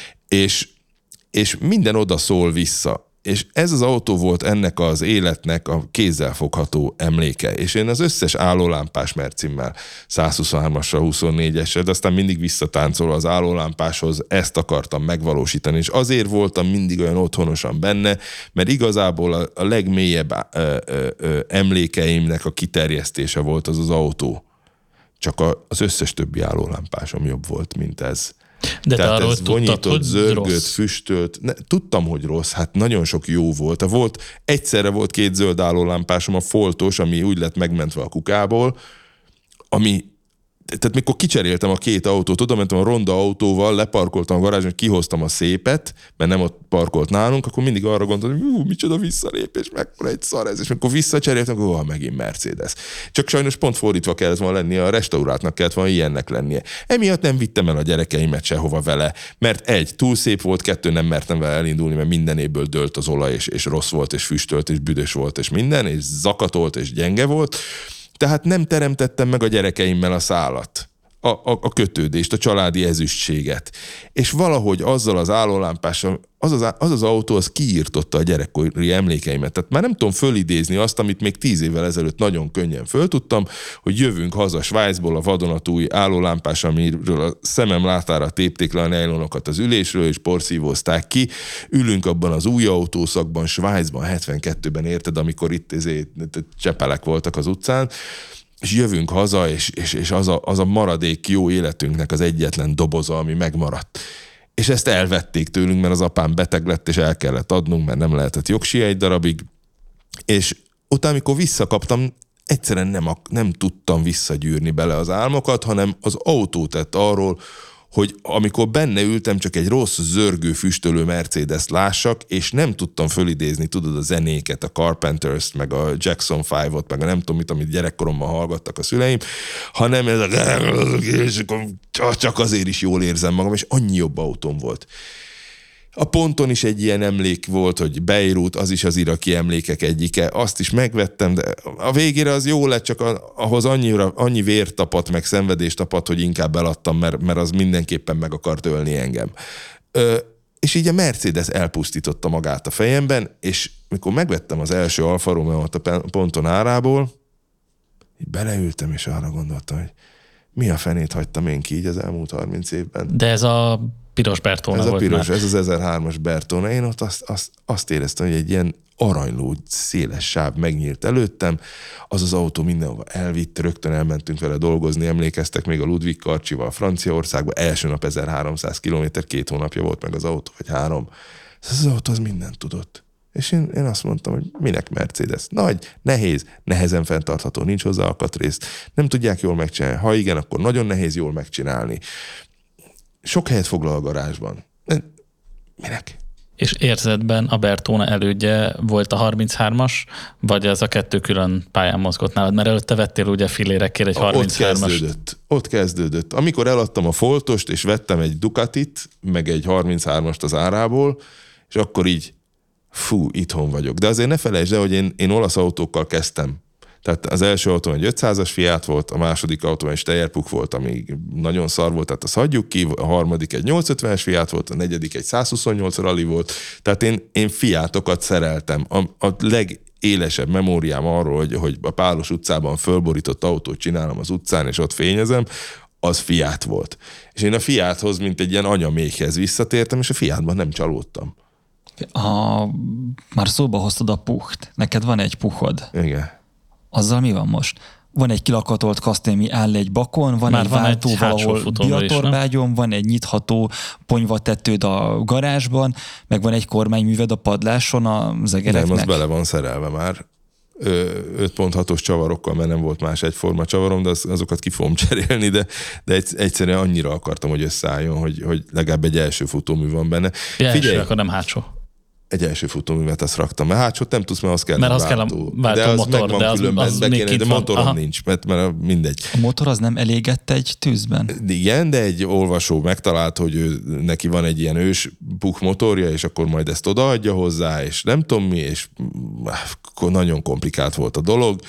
És, és minden oda szól vissza. És ez az autó volt ennek az életnek a kézzelfogható emléke. És én az összes állólámpás mercimmel, százhuszonhármassal, huszonnégyessel, de aztán mindig visszatáncolva az állólámpáshoz ezt akartam megvalósítani. És azért voltam mindig olyan otthonosan benne, mert igazából a, a legmélyebb ö, ö, ö, emlékeimnek a kiterjesztése volt az az autó. Csak a, az összes többi állólámpásom jobb volt, mint ez. De tehát te arról ez tudtad, vonyított, hogy zörgött, rossz. füstölt. Ne, tudtam, hogy rossz, hát nagyon sok jó volt. volt. Egyszerre volt két zöld állólámpásom, a foltos, ami úgy lett megmentve a kukából, ami, tehát mikor kicseréltem a két autót, oda mentem a ronda autóval, leparkoltam a garázsban, kihoztam a szépet, mert nem ott parkolt nálunk, akkor mindig arra gondoltam, hogy hú, micsoda visszalépés, mekkora egy szar ez, és mikor visszacseréltem, akkor hú, megint Mercedes. Csak sajnos pont fordítva kellett volna lennie, a restauráltnak kellett volna ilyennek lennie. Emiatt nem vittem el a gyerekeimet sehova vele, mert egy, túl szép volt, kettő, nem mertem vele elindulni, mert minden évből dőlt az olaj, és, és rossz volt, és füstölt, és büdös volt, és minden, és zakatolt, és gyenge volt. Tehát nem teremtettem meg a gyerekeimmel a szálat, a, a, a kötődést, a családi ezüstséget. És valahogy azzal az állólámpással, az az, az az autó, az kiírtotta a gyerekkori emlékeimet. Tehát már nem tudom fölidézni azt, amit még tíz évvel ezelőtt nagyon könnyen föltudtam, hogy jövünk haza Svájcból a vadonatúj állólámpás, amiről a szemem látára tépték le a nejlonokat az ülésről, és porszívózták ki. Ülünk abban az új autószakban, Svájcban, hetvenkettőben, érted, amikor itt ezért csepelek voltak az utcán, és jövünk haza, és, és, és az, a, az a maradék jó életünknek az egyetlen doboza, ami megmaradt. És ezt elvették tőlünk, mert az apám beteg lett, és el kellett adnunk, mert nem lehetett jogsia egy darabig. És utána, amikor visszakaptam, egyszerűen nem, nem tudtam visszagyűrni bele az álmokat, hanem az autó tett arról, hogy amikor benne ültem, csak egy rossz, zörgő, füstölő Mercedes-t lássak, és nem tudtam fölidézni, tudod, a zenéket, a Carpenters-t, meg a Jackson five-ot, meg a nem tudom mit, amit gyerekkoromban hallgattak a szüleim, hanem ez a... és csak azért is jól érzem magam, és annyi jobb autóm volt. A ponton is egy ilyen emlék volt, hogy Beirut, az is az iraki emlékek egyike, azt is megvettem, de a végére az jó lett, csak ahhoz annyira, annyi vér tapadt, meg szenvedés tapadt, hogy inkább eladtam, mert, mert az mindenképpen meg akart ölni engem. Ö, és így a Mercedes elpusztította magát a fejemben, és mikor megvettem az első Alfa Romeo-t a ponton árából, így beleültem, és arra gondoltam, hogy mi a fenét hagytam én ki így az elmúlt harminc évben? De ez a piros Bertone ez a volt piros, már. Ez az ezerhármas Bertone. Én ott azt, azt, azt éreztem, hogy egy ilyen aranyló, széles sáv megnyílt előttem, az az autó mindenhova elvitt, rögtön elmentünk vele dolgozni, emlékeztek még a Ludwig Karcsival Franciaországba, első nap ezerháromszáz kilométer, két hónapja volt meg az autó, vagy három. Ez az autó az mindent tudott. És én, én azt mondtam, hogy minek Mercedes? Nagy, nehéz, nehezen fenntartható, nincs hozzá alkatrész, nem tudják jól megcsinálni. Ha igen, akkor nagyon nehéz jól megcsinálni. Sok helyet foglal a garázsban. Minek? És érzetben a Bertone elődje volt a harminchármas, vagy ez a kettő külön pályán mozgott nálad? Mert előtte vettél ugye filérekért egy harminchármas. Ott kezdődött. Ott kezdődött. Amikor eladtam a Foltost, és vettem egy Ducatit, meg egy harminchármast az árából, és akkor így fú, itthon vagyok. De azért ne felejtsd el, hogy én, én olasz autókkal kezdtem. Tehát az első autó egy ötszázas Fiat volt, a második autó egy Steyr-Puch volt, ami nagyon szar volt, tehát azt hagyjuk ki, a harmadik egy nyolcszázötvenes Fiat volt, a negyedik egy százhuszonnyolc rally volt, tehát én, én Fiatokat szereltem. A, a legélesebb memóriám arról, hogy, hogy a Pálos utcában fölborított autót csinálom az utcán, és ott fényezem, az Fiat volt. És én a Fiathoz, mint egy ilyen anyamékhez visszatértem, és a Fiatban nem csalódtam. A, már szóba hoztad a Pucht. Neked van egy Puchod. Igen. Azzal mi van most? Van egy kilakatolt kaszt, ami áll egy bakon, van már egy van váltó egy valahol Biatorbágyon, van egy nyitható ponyvatetőd a garázsban, meg van egy kormányműved a padláson az egereknek. Nem, az bele van szerelve már. öt pont hatos csavarokkal, mert nem volt más egyforma csavarom, de az, azokat ki fogom cserélni, de, de egyszerűen annyira akartam, hogy összeálljon, hogy, hogy legalább egy első futómű van benne. Ja, Figyelj, első, akkor nem hátsó. Egy első futóművet azt raktam, mert hátsót nem tudsz, mert az kell mert az váltó. kell a váltó de az motor, meg van de az, különben, az be még kéne, de van. motorom Aha. nincs, mert, mert mindegy. A motor az nem elégett egy tűzben? Igen, de egy olvasó megtalált, hogy ő, neki van egy ilyen ős Puch motorja, és akkor majd ezt odaadja hozzá, és nem tudom mi, és akkor nagyon komplikált volt a dolog,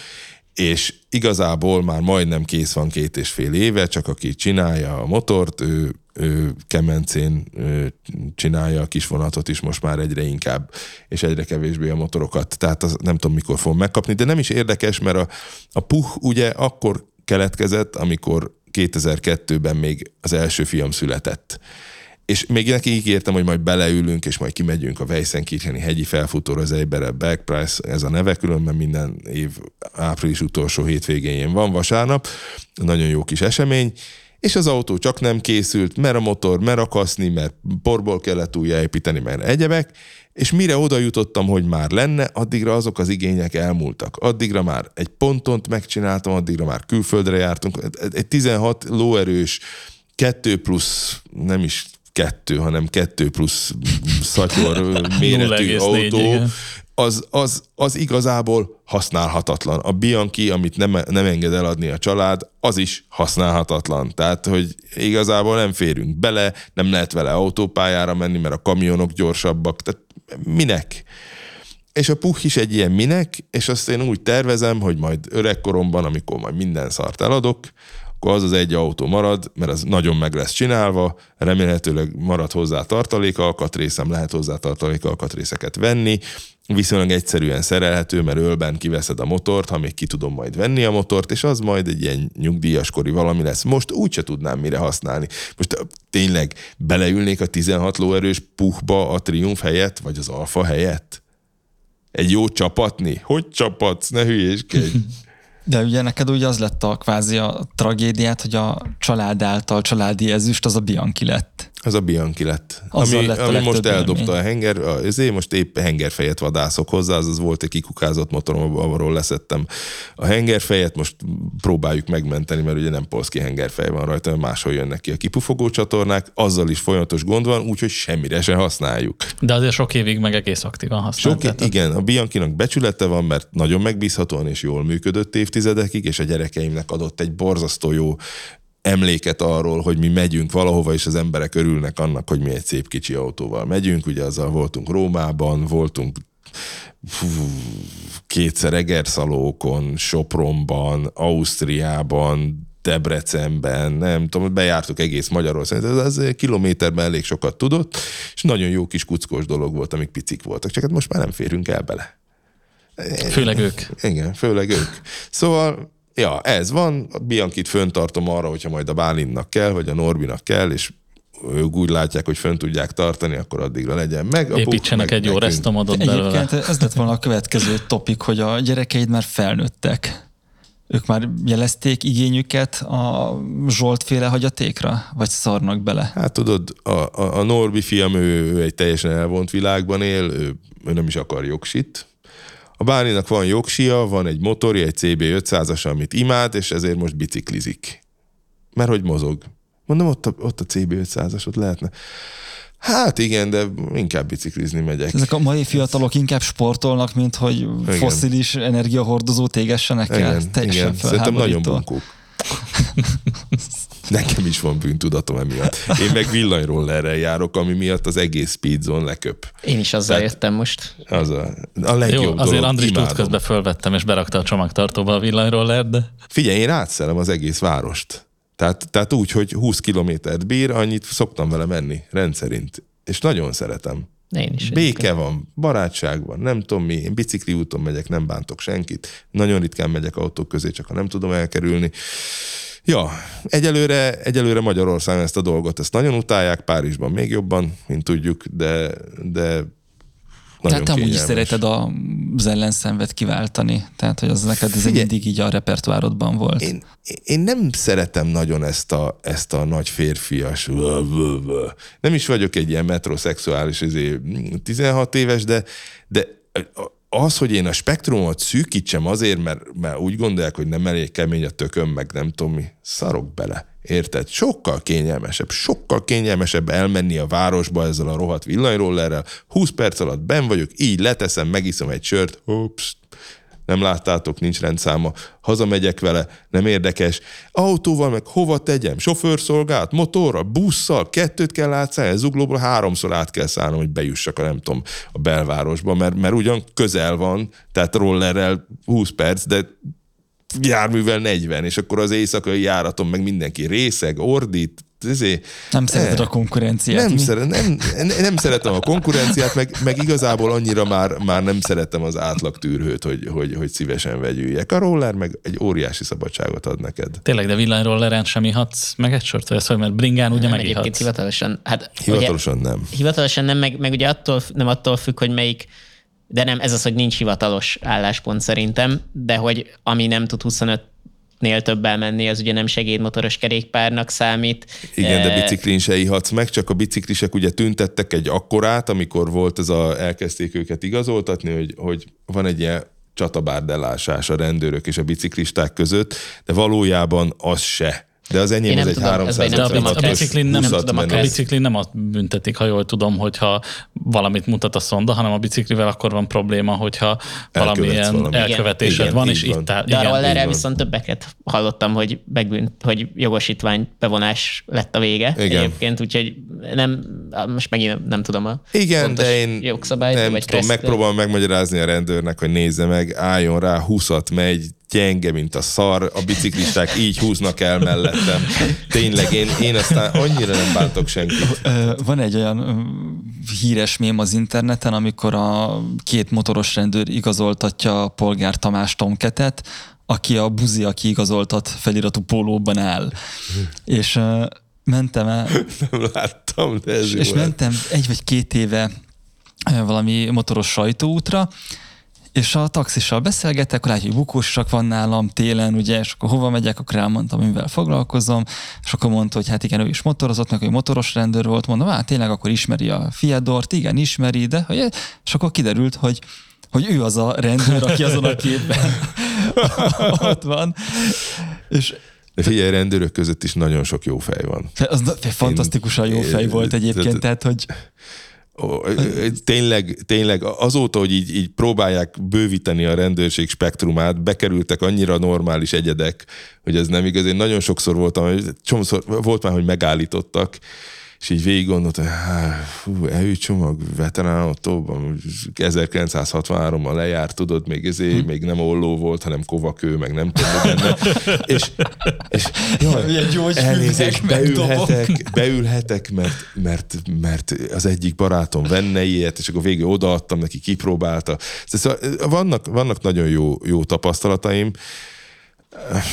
és igazából már majdnem kész van két és fél éve, csak aki csinálja a motort, ő, ő kemencén ő csinálja a kis vonatot is most már egyre inkább, és egyre kevésbé a motorokat. Tehát az nem tudom, mikor fogom megkapni, de nem is érdekes, mert a, a Puch ugye akkor keletkezett, amikor kétezer-kettőben még az első fiam született. És még neki ígértem, hogy majd beleülünk, és majd kimegyünk a Weissenkircheni hegyi felfutóra, az Eibere Bergpreis, ez a neve, különben minden év április utolsó hétvégén van, vasárnap. Nagyon jó kis esemény. És az autó csak nem készült, mert a motor, mert akaszni, mert porból kellett újjáépíteni, mert egyebek, és mire oda jutottam, hogy már lenne, addigra azok az igények elmúltak. Addigra már egy pontont megcsináltam, addigra már külföldre jártunk. Egy tizenhat lóerős, kettő plusz, nem is kettő, hanem kettő plusz szatyor méretű autó, az, az, az igazából használhatatlan. A Bianchi, amit nem, nem enged eladni a család, az is használhatatlan. Tehát, hogy igazából nem férünk bele, nem lehet vele autópályára menni, mert a kamionok gyorsabbak. Tehát minek? És a Puch is egy ilyen minek, és azt én úgy tervezem, hogy majd öregkoromban, amikor majd minden szart eladok, akkor az az egy autó marad, mert az nagyon meg lesz csinálva, remélhetőleg marad hozzá tartalékalkatrészem, lehet hozzá tartalékalkatrészeket venni, viszonylag egyszerűen szerelhető, mert ölben kiveszed a motort, ha még ki tudom majd venni a motort, és az majd egy ilyen nyugdíjaskori valami lesz. Most úgyse tudnám mire használni. Most tényleg beleülnék a tizenhat lóerős Puchba a Triumph helyett, vagy az Alfa helyett? Egy jó csapatni? Hogy csapatsz? Ne hülyéskedj! De ugye neked ugye az lett a kvázi a tragédiát, hogy a család által családi ezüst az a Bianchi lett. Az a Bianchi lett. Azzal ami lett a ami most eldobta élmény. a henger, azért most épp hengerfejet vadászok hozzá, azaz volt egy kikukázott motorom, arról leszettem a hengerfejet, most próbáljuk megmenteni, mert ugye nem polszki hengerfej van rajta, máshol jönnek ki a kipufogó csatornák, azzal is folyamatos gond van, úgyhogy semmire se használjuk. De azért sok évig meg egész aktívan használták. Sok, igen, a Bianchinak becsülete van, mert nagyon megbízhatóan és jól működött évtizedekig, és a gyerekeimnek adott egy borzasztó jó emléket arról, hogy mi megyünk valahova, és az emberek örülnek annak, hogy mi egy szép kicsi autóval megyünk. Ugye azzal voltunk Rómában, voltunk fú, kétszer Egerszalókon, Sopronban, Ausztriában, Debrecenben, nem tudom, bejártuk egész Magyarországon, ez, ez kilométerben elég sokat tudott, és nagyon jó kis kuckós dolog volt, amik picik voltak, csak hát most már nem férünk el bele. Főleg ők. Igen, főleg ők. Szóval Ja, ez van, a Bianchit föntartom arra, hogyha majd a Bálinnak kell, vagy a Norbinak kell, és ők úgy látják, hogy fönn tudják tartani, akkor addigra legyen meg. Építsenek egy jó resztomodot belőle. Egyébként ez lett volna a következő topik, hogy a gyerekeid már felnőttek. Ők már jelezték igényüket a Zsolt-féle hagyatékra? Vagy szarnak bele? Hát tudod, a, a, a Norbi fiam, ő, ő egy teljesen elvont világban él, ő, ő nem is akar jogsit. A Bálinak van jogsia, van egy motorja, egy cé bé ötszázas, amit imád, és ezért most biciklizik. Mert hogy mozog. Mondom, ott a, ott a cé bé ötszázas, ott lehetne. Hát igen, de inkább biciklizni megyek. Ezek a mai fiatalok inkább sportolnak, mint hogy igen. fosszilis energiahordozót égessenek el. Igen, igen. Szerintem nagyon bunkók. Nekem is van bűntudatom emiatt. Én meg villanyrollerrel járok, ami miatt az egész speedzone leköp. Én is azzal Tehát jöttem most. Az a, a legjobb Jó, azért dolog. Andris út közben fölvettem, és berakta a csomagtartóba a villanyrollert, de... Figyelj, én átszelem az egész várost. Tehát, tehát úgy, hogy húsz kilométert bír, annyit szoktam vele menni, rendszerint. És nagyon szeretem. Én is. Béke egyébként. Van, barátság van, nem tudom mi, én bicikli úton megyek, nem bántok senkit. Nagyon ritkán megyek autók közé, csak ha nem tudom elkerülni. Ja, egyelőre, egyelőre Magyarországon ezt a dolgot, ezt nagyon utálják, Párizsban még jobban, mint tudjuk, de, de nagyon Tehát amúgy is kényelmes. szereted az ellenszenvet kiváltani, tehát hogy az neked ez mindig így a repertoárodban volt. Én, én nem szeretem nagyon ezt a, ezt a nagy férfias, nem is vagyok egy ilyen metroszexuális tizenhat éves, de, de az, hogy én a spektrumot szűkítsem azért, mert, mert úgy gondolják, hogy nem elég kemény a tököm, meg nem tudom mi, szarok bele. Érted? Sokkal kényelmesebb, sokkal kényelmesebb elmenni a városba ezzel a rohadt villanyrollerrel. húsz perc alatt benn vagyok, így leteszem, megiszom egy sört, hops, nem láttátok, nincs rendszáma, hazamegyek vele, nem érdekes. Autóval meg hova tegyem? Sofőrszolgált, motorra, busszal, kettőt kell átszállni, zuglóból háromszor át kell szállnom, hogy bejussak a nem tudom, a belvárosba, mert, mert ugyan közel van, tehát rollerrel húsz perc, de járművel negyven, és akkor az éjszakai járaton meg mindenki részeg, ordít, ezért, nem szereted eh, a konkurenciát. Nem, szeret, nem, nem szeretem a konkurenciát, meg, meg igazából annyira már, már nem szeretem az átlag tűrhőt, hogy, hogy, hogy szívesen vegyüljek. A roller meg egy óriási szabadságot ad neked. Tényleg, de villanyrolleren sem ihatsz meg egy sört, vagy ez, hogy mert bringán ugye megihatsz. Egyébként hivatalosan, hát, hivatalosan ugye, nem. Hivatalosan nem, meg, meg ugye attól, nem attól függ, hogy melyik, de nem, ez az, hogy nincs hivatalos álláspont szerintem, de hogy ami nem tud huszonötnél többel menni, az ugye nem segédmotoros kerékpárnak számít. Igen, de biciklin se ihatsz meg, csak a biciklisek ugye tüntettek egy akkorát, amikor volt ez a, elkezdték őket igazoltatni, hogy, hogy van egy ilyen csatabárdellásás a rendőrök és a biciklisták között, de valójában az se. De az enyém az egy háromszáz. De a biciklin nem, a biciklin nem azt büntetik, ha jól tudom, hogyha valamit mutat a szonda, hanem a biciklivel akkor van probléma, hogyha valamilyen valami. elkövetésed igen, van, és van. Itt áll. De arról erre viszont többeket hallottam, hogy, megbűnt, hogy jogosítvány bevonás lett a vége. Igen. Egyébként, úgyhogy nem, most megint nem tudom a igen, de én jogszabályt. Nem vagy tudom, megpróbálom megmagyarázni a rendőrnek, hogy nézze meg, álljon rá, húszat megy, gyenge, mint a szar, a biciklisták így húznak el mellettem. Tényleg, én, én aztán annyira nem bántok senkit. Van egy olyan híres mém az interneten, amikor a két motoros rendőr igazoltatja a Polgár Tamás Tomketet, aki a buzi, aki igazoltat feliratú pólóban áll. És uh, mentem el... Nem láttam, de ez És, és mentem egy vagy két éve valami motoros sajtóútra, és a taxissal beszélgettek, akkor látjuk, hogy bukósak van nálam télen, ugye, és akkor hova megyek, akkor elmondtam, mivel foglalkozom, és akkor mondta, hogy hát igen, ő is motorozott, meg ő motoros rendőr volt, mondom, hát tényleg akkor ismeri a Fiadort, igen, ismeri, de, hogy, és akkor kiderült, hogy, hogy ő az a rendőr, aki azon a képben ott van, és de figyelj, rendőrök között is nagyon sok jó fej van. Az fantasztikusan jó fej volt egyébként, tehát, hogy Tényleg, tényleg azóta, hogy így, így próbálják bővíteni a rendőrség spektrumát, bekerültek annyira normális egyedek, hogy ez nem igaz. Én nagyon sokszor voltam, csomószor volt már, hogy megállítottak, és így végig gondoltam, hú, E Ü csomag, veterán autóban, ezerkilencszázhatvanháromban lejárt, tudod, még ezért, hm. még nem olló volt, hanem kovakő, meg nem tudom benne. és, és jaj, elnézést, beülhetek, beülhetek, mert, mert, mert az egyik barátom venne ilyet, és akkor végül odaadtam neki, kipróbálta. Szóval vannak, vannak nagyon jó, jó tapasztalataim.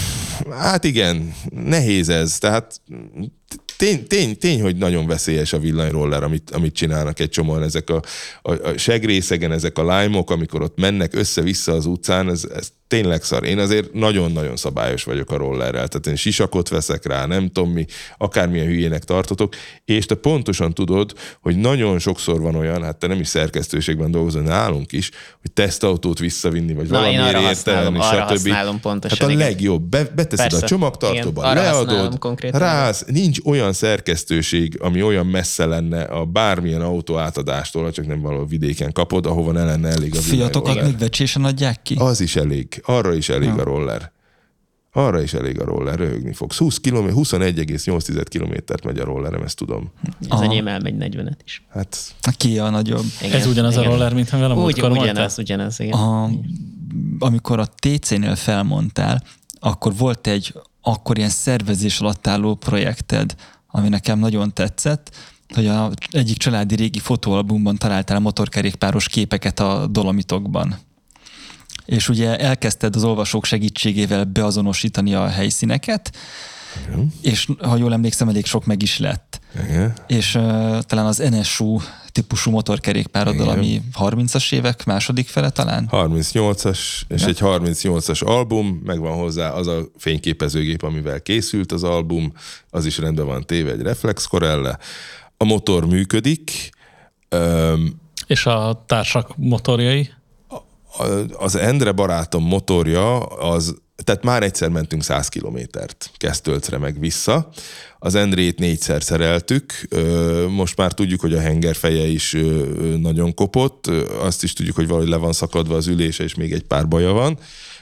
Hát igen, nehéz ez. Tehát tény, tény, tény hogy nagyon veszélyes a villanyroller, amit, amit csinálnak egy csomóan. Ezek a, a, a segrészegen, ezek a lime-ok, amikor ott mennek össze-vissza az utcán, ez, ez tényleg szar. Én azért nagyon-nagyon szabályos vagyok a rollerrel. Tehát én sisakot veszek rá, nem tudom mi, akármilyen hülyének tartotok, és te pontosan tudod, hogy nagyon sokszor van olyan, hát te nem is szerkesztőségben dolgozol, nálunk is, hogy tesztautót visszavinni, vagy Na, valamiért értelni, stb. Hát a legjobb, be, beteszed Persze. a csomagtartóba, igen, leadod, rász, nincs olyan szerkesztőség, ami olyan messze lenne a bármilyen autó átadástól, csak nem valahol vidéken kapod, ahova ne lenne elég a Fiatokat még vecsésen adják ki? Az is elég. Arra is elég ja. a roller. Arra is elég a roller, röhögni fogsz. húsz kilométer, huszonegy egész nyolc kilométert megy a rollerem, ezt tudom. Az enyém elmegy negyvenet is. Hát... A Kia a nagyobb. Igen, Ez ugyanaz igen. a roller, mint ha velem Úgy, ugyanaz, ugyanaz, igen. A, amikor a té cénél felmondtál, akkor volt egy akkor ilyen szervezés alatt álló projekted, ami nekem nagyon tetszett, hogy a egyik családi régi fotóalbumban találtál motorkerékpáros képeket a Dolomitokban. És ugye elkezdted az olvasók segítségével beazonosítani a helyszíneket, igen. És ha jól emlékszem, elég sok meg is lett. Igen. És uh, talán az en es u típusú motorkerékpároddal, ami harmincas évek második fele talán? harmincnyolcas, és ja. egy harmincnyolcas album, megvan hozzá az a fényképezőgép, amivel készült az album, az is rendben van téve egy reflexkorelle. A motor működik. Um, és a társak motorjai? Az Endre barátom motorja, az, tehát már egyszer mentünk száz kilométert Kesztölcre meg vissza. Az Endrét négyszer szereltük, most már tudjuk, hogy a hengerfeje is nagyon kopott, azt is tudjuk, hogy valahogy le van szakadva az ülése, és még egy pár baja van.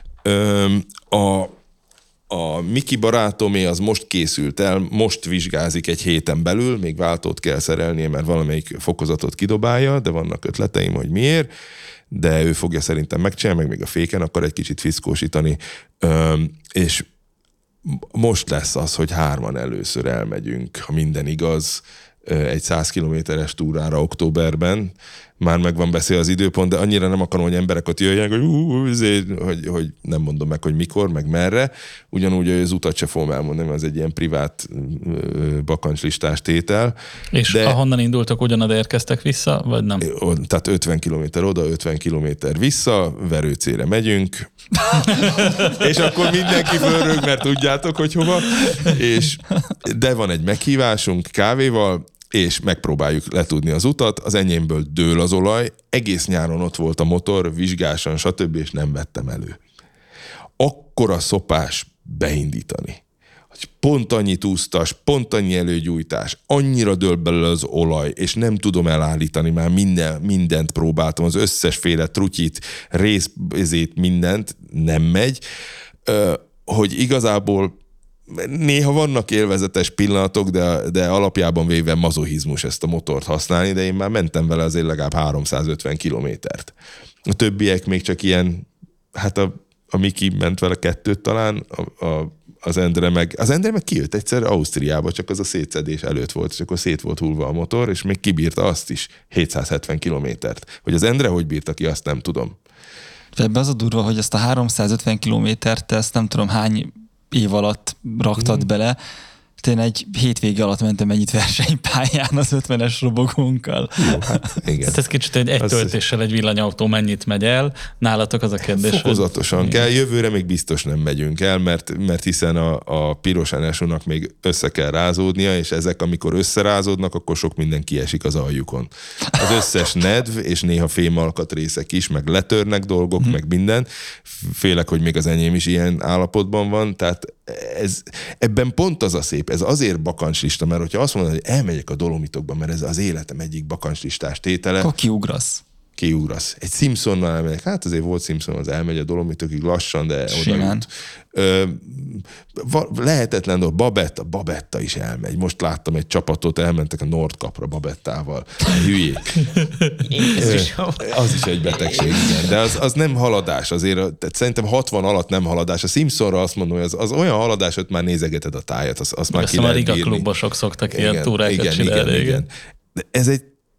A, a Miki barátomé az most készült el, most vizsgázik egy héten belül, még váltót kell szerelnie, mert valamelyik fokozatot kidobálja, de vannak ötleteim, hogy miért, de ő fogja szerintem megcsinálni, meg még a féken akar egy kicsit fiszkósítani, Öm, és most lesz az, hogy hárman először elmegyünk, ha minden igaz, egy száz kilométeres túrára októberben. Már meg van beszél az időpont, de annyira nem akarom, hogy emberek ott jöjjenek, hogy, uh, azért, hogy, hogy nem mondom meg, hogy mikor, meg merre. Ugyanúgy az utat se fogom elmondani, mert az egy ilyen privát bakancslistás tétel. És de, ahonnan indultak, ugyanad érkeztek vissza, vagy nem? Tehát ötven kilométer oda, ötven kilométer vissza, Verőcére megyünk, és akkor mindenki fölrög, mert tudjátok, hogy hova. És, de van egy meghívásunk kávéval, és megpróbáljuk letudni az utat, az enyémből dől az olaj, egész nyáron ott volt a motor, vizsgásan, stb., és nem vettem elő. Akkora szopás beindítani. Pont annyi úsztas, pont annyi előgyújtás, annyira dől belőle az olaj, és nem tudom elállítani, már minden, mindent próbáltam, az összesféle trutyit, részét, mindent, nem megy, hogy igazából néha vannak élvezetes pillanatok, de, de alapjában véve mazohizmus ezt a motort használni, de én már mentem vele azért legalább háromszázötven kilométert. A többiek még csak ilyen, hát a, a Miki ment vele kettőt talán, a, a, az Endre meg, az Endre meg kijött egyszer Ausztriába, csak az a szétszedés előtt volt, és akkor szét volt hullva a motor, és még kibírta azt is hétszázhetven kilométert. Hogy az Endre hogy bírta ki, azt nem tudom. Ebben az a durva, hogy ezt a háromszázötven kilométert, ezt nem tudom hány év alatt raktad mm. bele. Én egy hétvége alatt mentem ennyit versenypályán az ötvenes robogónkkal. Jó, hát igen. Hát ez kicsit egy, egy töltéssel egy villanyautó mennyit megy el. Nálatok az a kérdés. Fokozatosan hogy... kell. Jövőre még biztos nem megyünk el, mert, mert hiszen a, a piros en es u-nak még össze kell rázódnia, és ezek, amikor összerázódnak, akkor sok minden kiesik az aljukon. Az összes nedv, és néha fémalkatrészek is, meg letörnek dolgok, mm. meg minden. Félek, hogy még az enyém is ilyen állapotban van, tehát ez, ebben pont az a szép, ez azért bakancslista, mert hogyha azt mondod, hogy elmegyek a Dolomitokba, mert ez az életem egyik bakancslistás tétele. Akkor kiugrasz. Kiugrasz. Egy Simpsonnal elmegyek. Hát azért volt Simpson, az elmegy a Dolomitokig lassan, de oda jut. Ö, lehetetlen dolog. Babetta, Babetta is elmegy. Most láttam egy csapatot, elmentek a Nordkapra Babettával. Hülyék. Az is egy betegség, igen. De az, az nem haladás. Azért, tehát szerintem hatvan alatt nem haladás. A Simpsonra azt mondom, hogy az, az olyan haladás, hogy már nézegeted a tájat. Az, az már ki lehet bírni. A Riga klubosok szoktak ilyen túrákat igen, csinálni. Igen, igen. De ez egy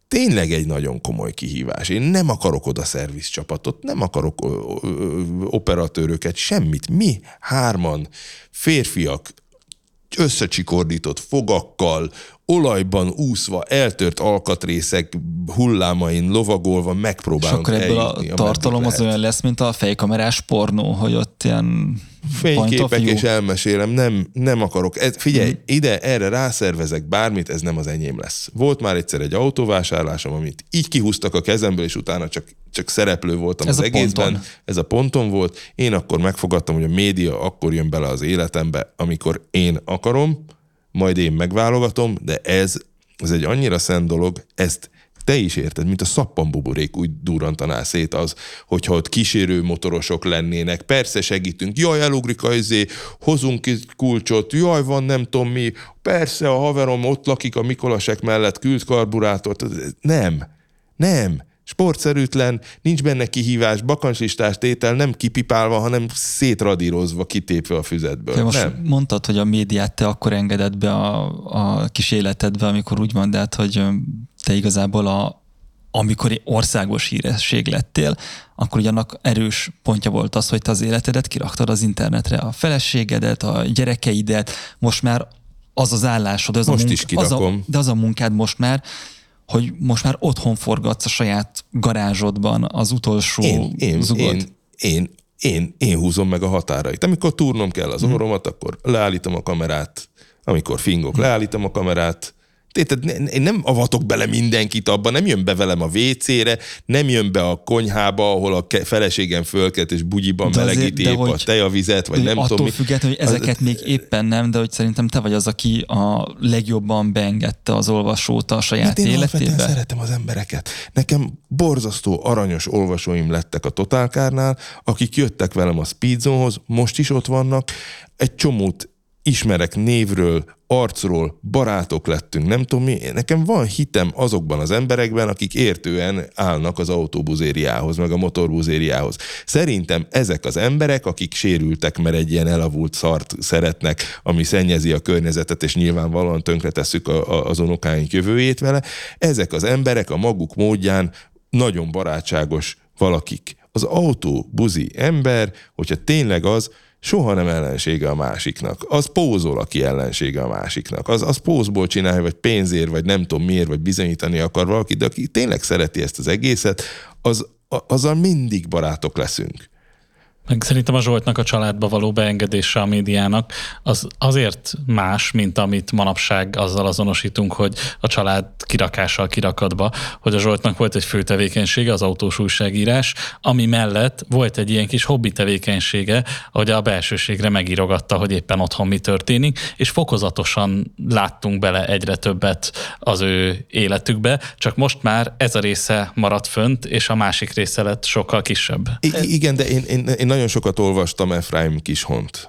tényleg egy nagyon komoly kihívás. Én nem akarok oda szervizcsapatot, nem akarok ö, ö, operatőröket, semmit. Mi hárman, férfiak, összecsikordított fogakkal, olajban úszva, eltört alkatrészek hullámain lovagolva megpróbálunk eljutni. És akkor ebből a tartalom az olyan lesz, mint a fejkamerás pornó, hogy ott ilyen fényképek, és elmesélem, nem, nem akarok. Ez, figyelj, hmm. ide, erre rászervezek bármit, ez nem az enyém lesz. Volt már egyszer egy autóvásárlásom, amit így kihúztak a kezemből, és utána csak, csak szereplő voltam ez az egészben. Ponton. Ez a ponton volt. Én akkor megfogadtam, hogy a média akkor jön bele az életembe, amikor én akarom, majd én megválogatom, de ez, ez egy annyira szent dolog, ezt te is érted, mint a szappanbuborék úgy durrantanál szét az, hogyha ott kísérő motorosok lennének, persze segítünk, jaj, elugrik a izé, hozunk kulcsot, jaj, van nem tudom mi, persze a haverom ott lakik a Mikolasek mellett, küld karburátort, nem, nem. Sportszerűtlen, nincs benne kihívás, bakancslistás tétel, nem kipipálva, hanem szétradírozva, kitépve a füzetből. Te most nem. mondtad, hogy a médiát te akkor engedett be a, a kis életedbe, amikor úgy van, de hát, hogy te igazából a, amikor országos híresség lettél, akkor ugyanak erős pontja volt az, hogy te az életedet kiraktad az internetre, a feleségedet, a gyerekeidet, most már az az állásod, az most a munka, is kirakom. Az a, de az a munkád most már, hogy most már otthon forgatsz a saját garázsodban az utolsó én, én, zugot. Én, én, én, én húzom meg a határait. Amikor turnom kell az orromat, akkor leállítom a kamerát. Amikor fingok, leállítom a kamerát. Tehát én nem avatok bele mindenkit abban, nem jön be velem a vécére, nem jön be a konyhába, ahol a feleségem fölkelt és bugyiban de melegíti épp a tejavizet, vagy nem attól tudom. Attól függetlenül, hogy ezeket az... még éppen nem, de hogy szerintem te vagy az, aki a legjobban beengedte az olvasót a saját én életébe. Én szeretem az embereket. Nekem borzasztó aranyos olvasóim lettek a Totálkárnál, akik jöttek velem a Speedzone-hoz, most is ott vannak, egy csomót ismerek névről, arcról, barátok lettünk, nem tudom mi. Nekem van hitem azokban az emberekben, akik értően állnak az autóbuzériához, meg a motorbuzériához. Szerintem ezek az emberek, akik sérültek, mert egy ilyen elavult szart szeretnek, ami szennyezi a környezetet, és nyilvánvalóan tönkretesszük a, a, az unokáink jövőjét vele, ezek az emberek a maguk módján nagyon barátságos valakik. Az autóbuzi ember, hogyha tényleg az, soha nem ellensége a másiknak. Az pózol, aki ellensége a másiknak. Az, az pózból csinálja, vagy pénzért, vagy nem tudom miért, vagy bizonyítani akar valaki, de aki tényleg szereti ezt az egészet, az, azzal mindig barátok leszünk. Meg szerintem a Zsoltnak a családba való beengedése a médiának az azért más, mint amit manapság azzal azonosítunk, hogy a család kirakással kirakatba, hogy a Zsoltnak volt egy fő tevékenysége, az autós újságírás, ami mellett volt egy ilyen kis hobbi tevékenysége, hogy a belsőségre megírogatta, hogy éppen otthon mi történik, és fokozatosan láttunk bele egyre többet az ő életükbe, csak most már ez a része maradt fönt, és a másik része lett sokkal kisebb. I- igen, de én, én, én nagyon sokat olvastam Efraim Kishont.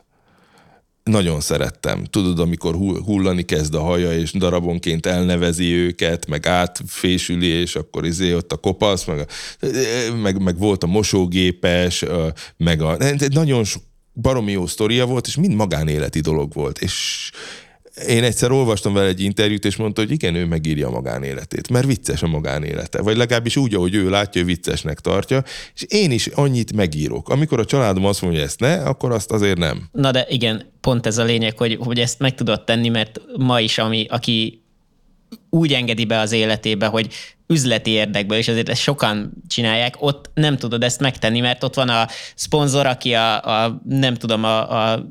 Nagyon szerettem. Tudod, amikor hullani kezd a haja, és darabonként elnevezi őket, meg átfésüli, és akkor izé ott a kopasz, meg, a, meg, meg volt a mosógépes, meg a... Nagyon baromi jó sztoria volt, és mind magánéleti dolog volt. És én egyszer olvastam vele egy interjút, és mondta, hogy igen, ő megírja a magánéletét, mert vicces a magánélete. Vagy legalábbis úgy, ahogy ő látja, ő viccesnek tartja, és én is annyit megírok. Amikor a családom azt mondja, hogy ezt ne, akkor azt azért nem. Na de igen, pont ez a lényeg, hogy, hogy ezt meg tudod tenni, mert ma is, ami, aki úgy engedi be az életébe, hogy üzleti érdekből, és azért ezt sokan csinálják, ott nem tudod ezt megtenni, mert ott van a szponzor, aki a, a nem tudom, a, a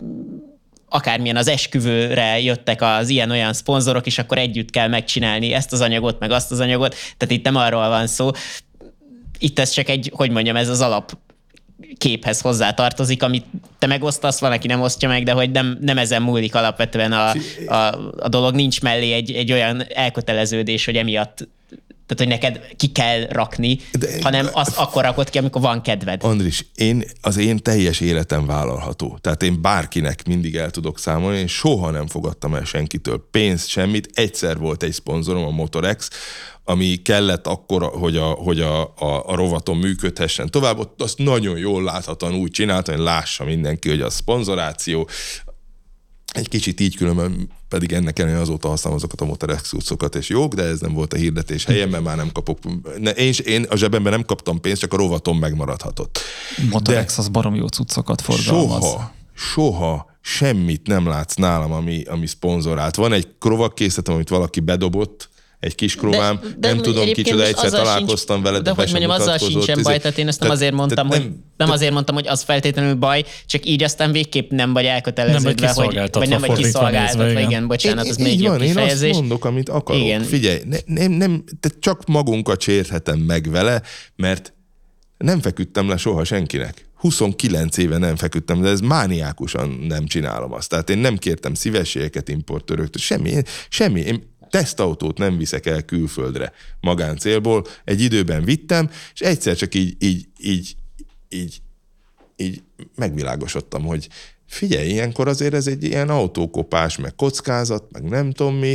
akármilyen az esküvőre jöttek az ilyen-olyan szponzorok, és akkor együtt kell megcsinálni ezt az anyagot, meg azt az anyagot, tehát itt nem arról van szó. Itt ez csak egy, hogy mondjam, ez az alap képhez hozzá tartozik, amit te megosztasz, van, aki nem osztja meg, de hogy nem, nem ezen múlik alapvetően a, a, a dolog, nincs mellé egy, egy olyan elköteleződés, hogy emiatt, tehát, hogy neked ki kell rakni, de, hanem azt akkor rakod ki, amikor van kedved. Andris, én, az én teljes életem vállalható. Tehát én bárkinek mindig el tudok számolni, én soha nem fogadtam el senkitől pénzt, semmit. Egyszer volt egy szponzorom, a Motorex, ami kellett akkor, hogy a, hogy a, a, a rovaton működhessen tovább. Ott azt nagyon jól láthatóan úgy csináltam, hogy lássa mindenki, hogy a szponzoráció, egy kicsit így, különben pedig ennek ellenére azóta használom azokat a Motorex cuccokat, és jók, de ez nem volt a hirdetés helyen, mert már nem kapok. Ne, én, én a zsebemben nem kaptam pénzt, csak a rovatom megmaradhatott. Motorex de az barom jó cuccokat forgalmaz. Soha, soha semmit nem látsz nálam, ami, ami szponzorált. Van egy krovakkészletem, amit valaki bedobott, egy kis krovám, de, de nem tudom kicsoda, egyszer találkoztam sincs, vele, de, de hogy mondjam, azzal sincsen baj, tehát én ezt nem azért mondtam, te, hogy nem, nem te, azért mondtam, hogy az feltétlenül baj, csak így aztán végképp nem vagy elköteleződve, nem vagy hogy vagy nem vagy kiszolgáltatva, igen. igen, bocsánat, én, az még jobb kifejezés. Én azt mondok, amit akarok. Igen. Figyelj, ne, nem, nem, te csak magunkat sérthetem meg vele, mert nem feküdtem le soha senkinek. huszonkilenc éve nem feküdtem, de ez mániákusan nem csinálom azt. Tehát én nem kértem szívességeket importőröktől, semmi, semmi. Én tesztautót nem viszek el külföldre magáncélból. Egy időben vittem, és egyszer csak így, így, így, így, így megvilágosodtam, hogy figyelj, ilyenkor azért ez egy ilyen autókopás, meg kockázat, meg nem tudom mi,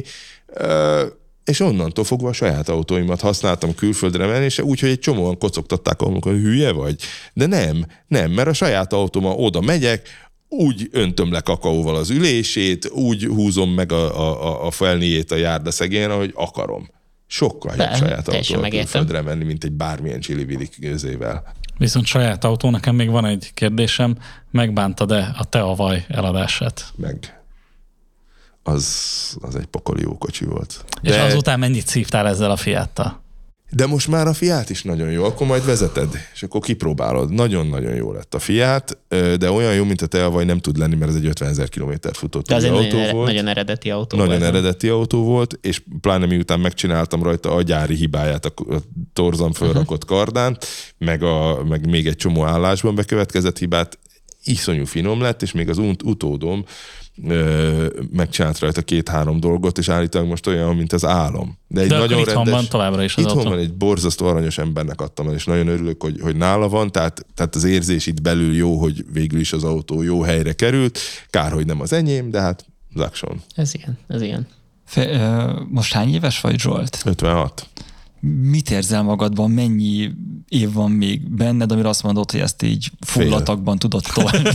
és onnantól fogva a saját autóimat használtam külföldre menni, és úgy, hogy egy csomóan kocogtatták, amikor hülye vagy. De nem, nem, mert a saját autóma oda megyek, úgy öntöm le kakaóval az ülését, úgy húzom meg a, a, a felniét a járdaszegélyen, ahogy akarom. Sokkal jobb saját autóval külföldre menni, mint egy bármilyen csili-vili közével. Viszont saját autó, nekem még van egy kérdésem, megbántad-e a te avaj eladását? Meg. Az, az egy pokoli jó kocsi volt. De... És azután mennyit szívtál ezzel a Fiattal? De most már a Fiat is nagyon jó, akkor majd vezeted, és akkor kipróbálod. Nagyon-nagyon jó lett a Fiat, de olyan jó, mint a te avaj nem tud lenni, mert ez egy ötvenezer kilométert futott autó nagyon, volt. Nagyon eredeti autó Nagyon volt. eredeti autó volt, és pláne miután megcsináltam rajta a gyári hibáját, a torzan fölrakott uh-huh. kardán, meg, a, meg még egy csomó állásban bekövetkezett hibát, iszonyú finom lett, és még az ut- utódom ö, megcsinált rajta két-három dolgot, és állítólag most olyan, mint az álom. De egy De nagyon itthon rendes, van továbbra is az itthon autó. van, egy borzasztó aranyos embernek adtam el, és nagyon örülök, hogy, hogy nála van, tehát, tehát az érzés itt belül jó, hogy végül is az autó jó helyre került. Kár, hogy nem az enyém, de hát Zakson. Ez ilyen, ez ilyen. Fe, most hány éves vagy, Zsolt? ötvenhat. Mit érzel magadban, mennyi év van még benned, amire azt mondod, hogy ezt így fullatakban tudod tolni?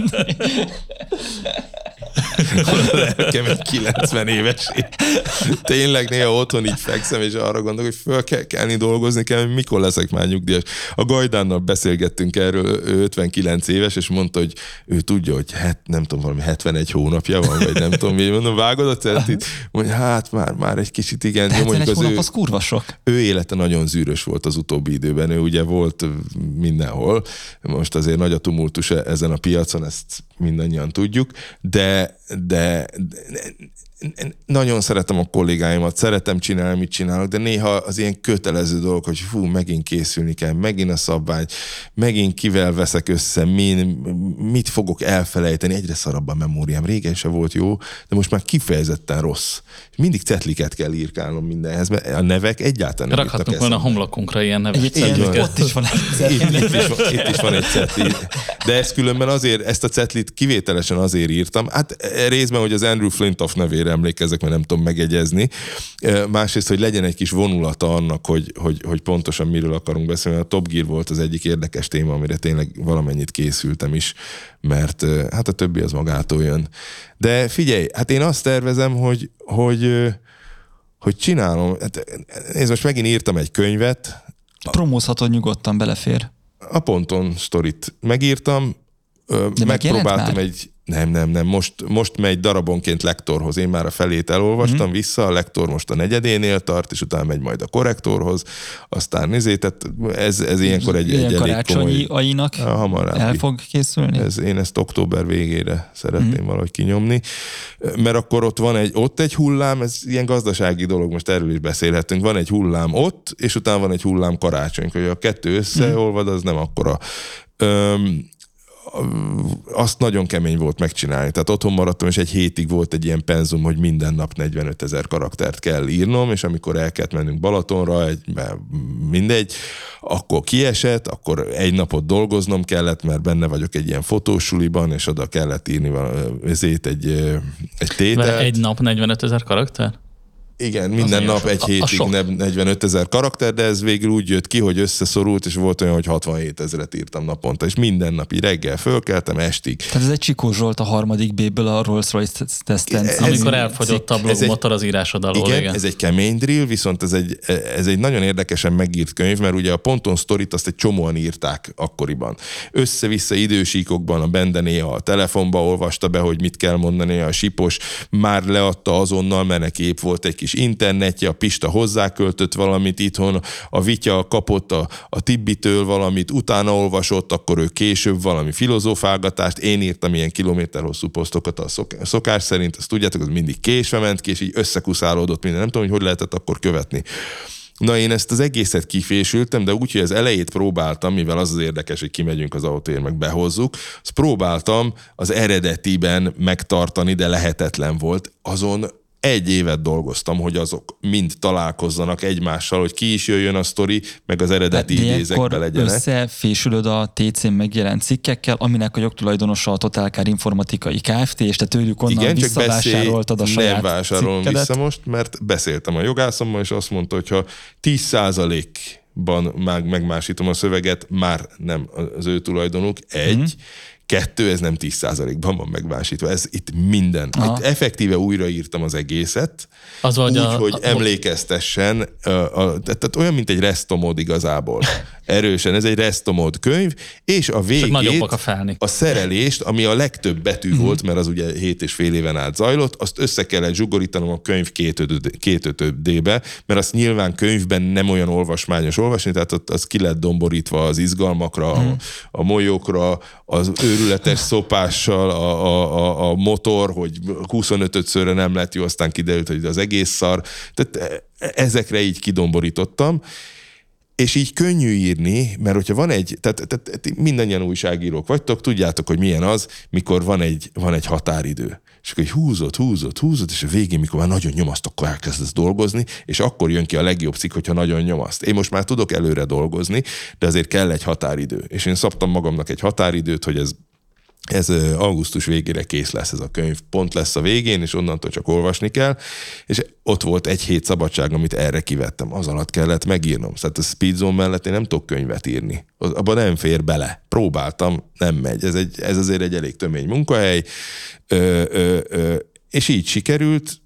A lelkem egy kilencven éves. Tényleg néha otthon így fekszem, és arra gondolok, hogy föl kell kelni, dolgozni kell, mikor leszek már nyugdíjas. A Gajdánnal beszélgettünk erről, ő ötvenkilenc éves, és mondta, hogy ő tudja, hogy het, nem tudom, valami hetvenegy hónapja van, vagy nem tudom, mi mondom, vágod a celtit? Mondja, hát már, már egy kicsit igen. De hetvenegy az hónap ő, az kurva sok. Ő élete nagyon zűrös volt az utóbbi időben, ő ugye volt mindenhol. Most azért nagy a tumultus ezen a piacon, ezt mindannyian tudjuk, de, de, de nagyon szeretem a kollégáimat, szeretem csinálni, amit csinálok, de néha az ilyen kötelező dolog, hogy fú, megint készülni kell, megint a szabvány, megint kivel veszek össze, min, mit fogok elfelejteni, egyre szarabb a memóriám. Régen se volt jó, de most már kifejezetten rossz. Mindig cetliket kell írkálnom mindenhez, mert a nevek egyáltalán nem rakhatunk volna a homlokunkra ilyen nevek. Ott is van egy itt, itt, is van, itt is van egy cetli. De ezt különben azért, ezt a cetlit kivételesen azért írtam. Hát részben, hogy az Andrew Flintoff nevére emlékezzek, mert nem tudom megjegyezni. Másrészt, hogy legyen egy kis vonulata annak, hogy, hogy, hogy pontosan miről akarunk beszélni. A Top Gear volt az egyik érdekes téma, amire tényleg valamennyit készültem is, mert hát a többi az magától jön. De figyelj, hát én azt tervezem, hogy, hogy, hogy csinálom. Hát, nézd, most megint írtam egy könyvet. Promózhatod nyugodtan, belefér. A Ponton sztorit megírtam, de megpróbáltam egy... Nem, nem, nem. Most, most megy darabonként lektorhoz. Én már a felét elolvastam mm-hmm. vissza, a lektor most a negyedénél tart, és utána megy majd a korrektorhoz. Aztán nézzét, tehát ez, ez ilyenkor egy, egy elég komoly... ainak el fog készülni? Ez, én ezt október végére szeretném mm-hmm. valahogy kinyomni. Mert akkor ott van egy, ott egy hullám, ez ilyen gazdasági dolog, most erről is beszélhetünk. Van egy hullám ott, és utána van egy hullám karácsony. Hogy a kettő összeolvad, az nem akkora... Öm, azt nagyon kemény volt megcsinálni. Tehát otthon maradtam, és egy hétig volt egy ilyen penzum, hogy minden nap negyvenötezer karaktert kell írnom, és amikor el kellett mennünk Balatonra, egy, mindegy, akkor kiesett, akkor egy napot dolgoznom kellett, mert benne vagyok egy ilyen fotósuliban, és oda kellett írni ezért egy, egy tételt. Egy nap negyvenötezer karakter? Igen, minden nap sok. egy hétig negyvenöt ezer karakter, de ez végül úgy jött ki, hogy összeszorult, és volt olyan, hogy hatvanhét ezret írtam naponta, és minden nap így reggel fölkeltem estig. Tehát ez egy Csikó Zsolt a harmadik B-ből a Rolls-Royce teszten. Amikor elfogyott a blogmotor az írásod alól. Igen, igen, ez egy kemény drill, viszont ez egy, ez egy nagyon érdekesen megírt könyv, mert ugye a Ponton Storyt azt egy csomóan írták akkoriban. Össze-vissza idősíkokban a Bende néha a telefonba olvasta be, hogy mit kell mondani, a Sipos már leadta azonnal, mert neki épp volt egy kis internetje, a Pista hozzáköltött valamit itthon, a Vitya kapott a, a Tibbitől valamit, utána olvasott, akkor ő később valami filozófálgatást, én írtam ilyen kilométer hosszú posztokat a szokás szerint, azt tudjátok, az mindig késve ment ki, és így összekuszálódott minden, nem tudom, hogy hogy lehetett akkor követni. Na, én ezt az egészet kifésültem, de úgy, hogy az elejét próbáltam, mivel az az érdekes, hogy kimegyünk az autóért, meg behozzuk, azt próbáltam az eredetiben megtartani, de lehetetlen volt. Azon egy évet dolgoztam, hogy azok mind találkozzanak egymással, hogy ki is jöjjön a sztori, meg az eredeti idézekbe legyenek. Összefésülöd a té cén megjelent cikkekkel, aminek a jogtulajdonosa a Totálkár Informatikai Kft., és te tőlük onnan igen, visszavásároltad a saját nem vásárolom cikkedet. Vissza most, mert beszéltem a jogászommal, és azt mondta, hogy ha tíz százalékban meg megmásítom a szöveget, már nem az ő tulajdonuk, egy, hmm. Kettő, ez nem tíz százalékban van megvásítva. Ez itt minden. Itt effektíve újraírtam az egészet, az úgy, a, hogy a, emlékeztessen, a, a, tehát olyan, mint egy restomod igazából. Erősen, ez egy restomod könyv, és a végét, a, a szerelést, ami a legtöbb betű mm-hmm. volt, mert az ugye hét és fél éven át zajlott, azt össze kellett zsugorítanom a könyv két ötödébe, mert azt nyilván könyvben nem olyan olvasmányos olvasni, tehát az ki lett domborítva az izgalmakra, mm. a, a molyokra, az őrületes szopással, a, a, a, a motor, hogy huszonötödszörre nem lett jó, aztán kiderült, hogy az egész szar. Tehát ezekre így kidomborítottam, és így könnyű írni, mert hogyha van egy, tehát, tehát mindannyian újságírók vagytok, tudjátok, hogy milyen az, mikor van egy, van egy határidő. És akkor húzod, húzod, húzod, és a végén, mikor már nagyon nyomaszt, akkor elkezdesz dolgozni, és akkor jön ki a legjobb cikk, hogyha nagyon nyomaszt. Én most már tudok előre dolgozni, de azért kell egy határidő. És én szabtam magamnak egy határidőt, hogy ez Ez augusztus végére kész lesz ez a könyv, pont lesz a végén, és onnantól csak olvasni kell, és ott volt egy hét szabadság, amit erre kivettem, az alatt kellett megírnom. Tehát a Speedzone mellett én nem tudok könyvet írni, abban nem fér bele. Próbáltam, nem megy. Ez, egy, ez azért egy elég tömény munkahely, ö, ö, ö, és így sikerült.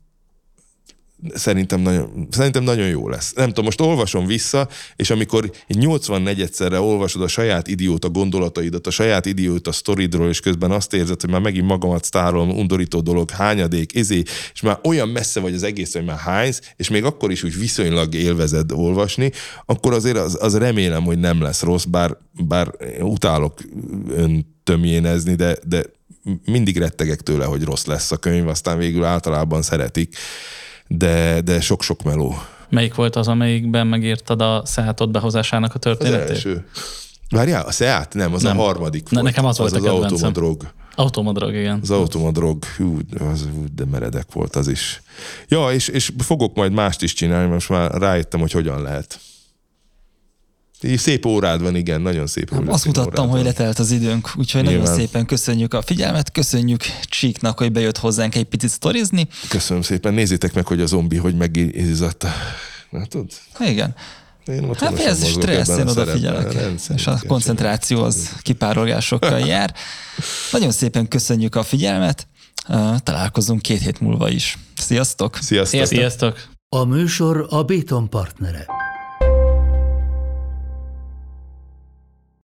Szerintem nagyon, szerintem nagyon jó lesz. Nem tudom, most olvasom vissza, és amikor nyolcvannegyedszerre olvasod a saját idióta gondolataidat, a saját idióta sztoridról, és közben azt érzed, hogy már megint magamat sztárolom, undorító dolog, hányadék, izé, és már olyan messze vagy az egész, hogy már hánysz, és még akkor is úgy viszonylag élvezed olvasni, akkor azért az, az remélem, hogy nem lesz rossz, bár, bár utálok öntömjénezni, de, de mindig rettegek tőle, hogy rossz lesz a könyv, aztán végül általában szeretik. De, de sok-sok meló. Melyik volt az, amelyikben megírtad a Seatot behozásának a történetét? Az első. Várjál, a Seat? Nem, az nem. a harmadik volt. Nekem az, az volt az a kedvencem. Az Automadrog. Automadrog, igen. Az Automadrog, hú, az, de meredek volt az is. Ja, és, és fogok majd mást is csinálni, most már rájöttem, hogy hogyan lehet. Szép órád van, igen, nagyon szép. Hát azt mutattam, hogy letelt az időnk, úgyhogy nyilván. Nagyon szépen köszönjük a figyelmet, köszönjük Csíknak, hogy bejött hozzánk egy picit sztorizni. Köszönöm szépen, nézzétek meg, hogy a zombi hogy megizzadt. Látod? Igen. Hát ez stressz, én odafigyelek, és a koncentráció az kipárolgásokkal jár. Nagyon szépen köszönjük a figyelmet, találkozunk két hét múlva is. Sziasztok! Sziasztok! Sziasztok! A műsor a Béton partnere.